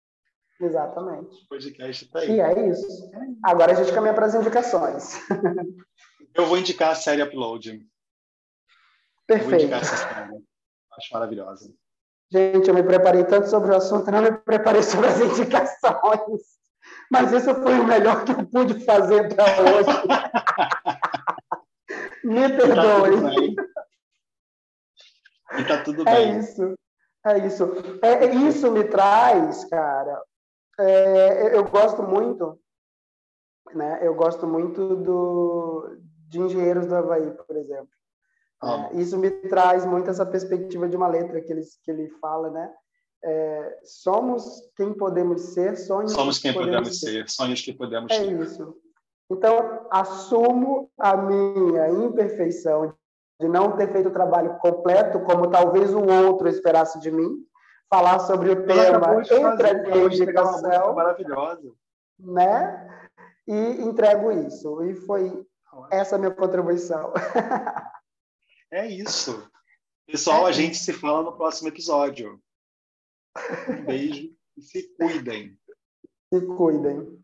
Exatamente. O podcast está aí. E é isso. Agora a gente caminha para as indicações. Eu vou indicar a série Upload. Perfeito. Eu vou indicar essa série. Acho maravilhosa. Gente, eu me preparei tanto sobre o assunto, não me preparei sobre as indicações. Mas isso foi o melhor que eu pude fazer para hoje. Me perdoe. E tá tudo é bem. Isso. É isso. É, isso me traz, cara. É, eu gosto muito, né? Eu gosto muito do, de Engenheiros do Havaí, por exemplo. Ah. É, isso me traz muito essa perspectiva de uma letra que ele, que ele fala, né? É, somos quem podemos ser, sonhos somos que quem podemos, podemos ser. ser, sonhos que podemos é ter. É isso. Então, assumo a minha imperfeição de não ter feito o trabalho completo, como talvez o outro esperasse de mim, falar sobre o tema, entregar maravilhosa, né? E entrego isso. E foi essa a minha contribuição. É isso. Pessoal, é a gente isso. se fala no próximo episódio. Um beijo e se cuidem. Se cuidem.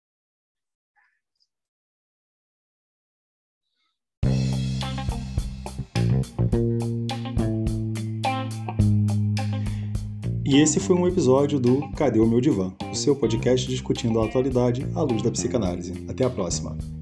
E esse foi um episódio do Cadê o Meu Divã? O seu podcast discutindo a atualidade à luz da psicanálise. Até a próxima!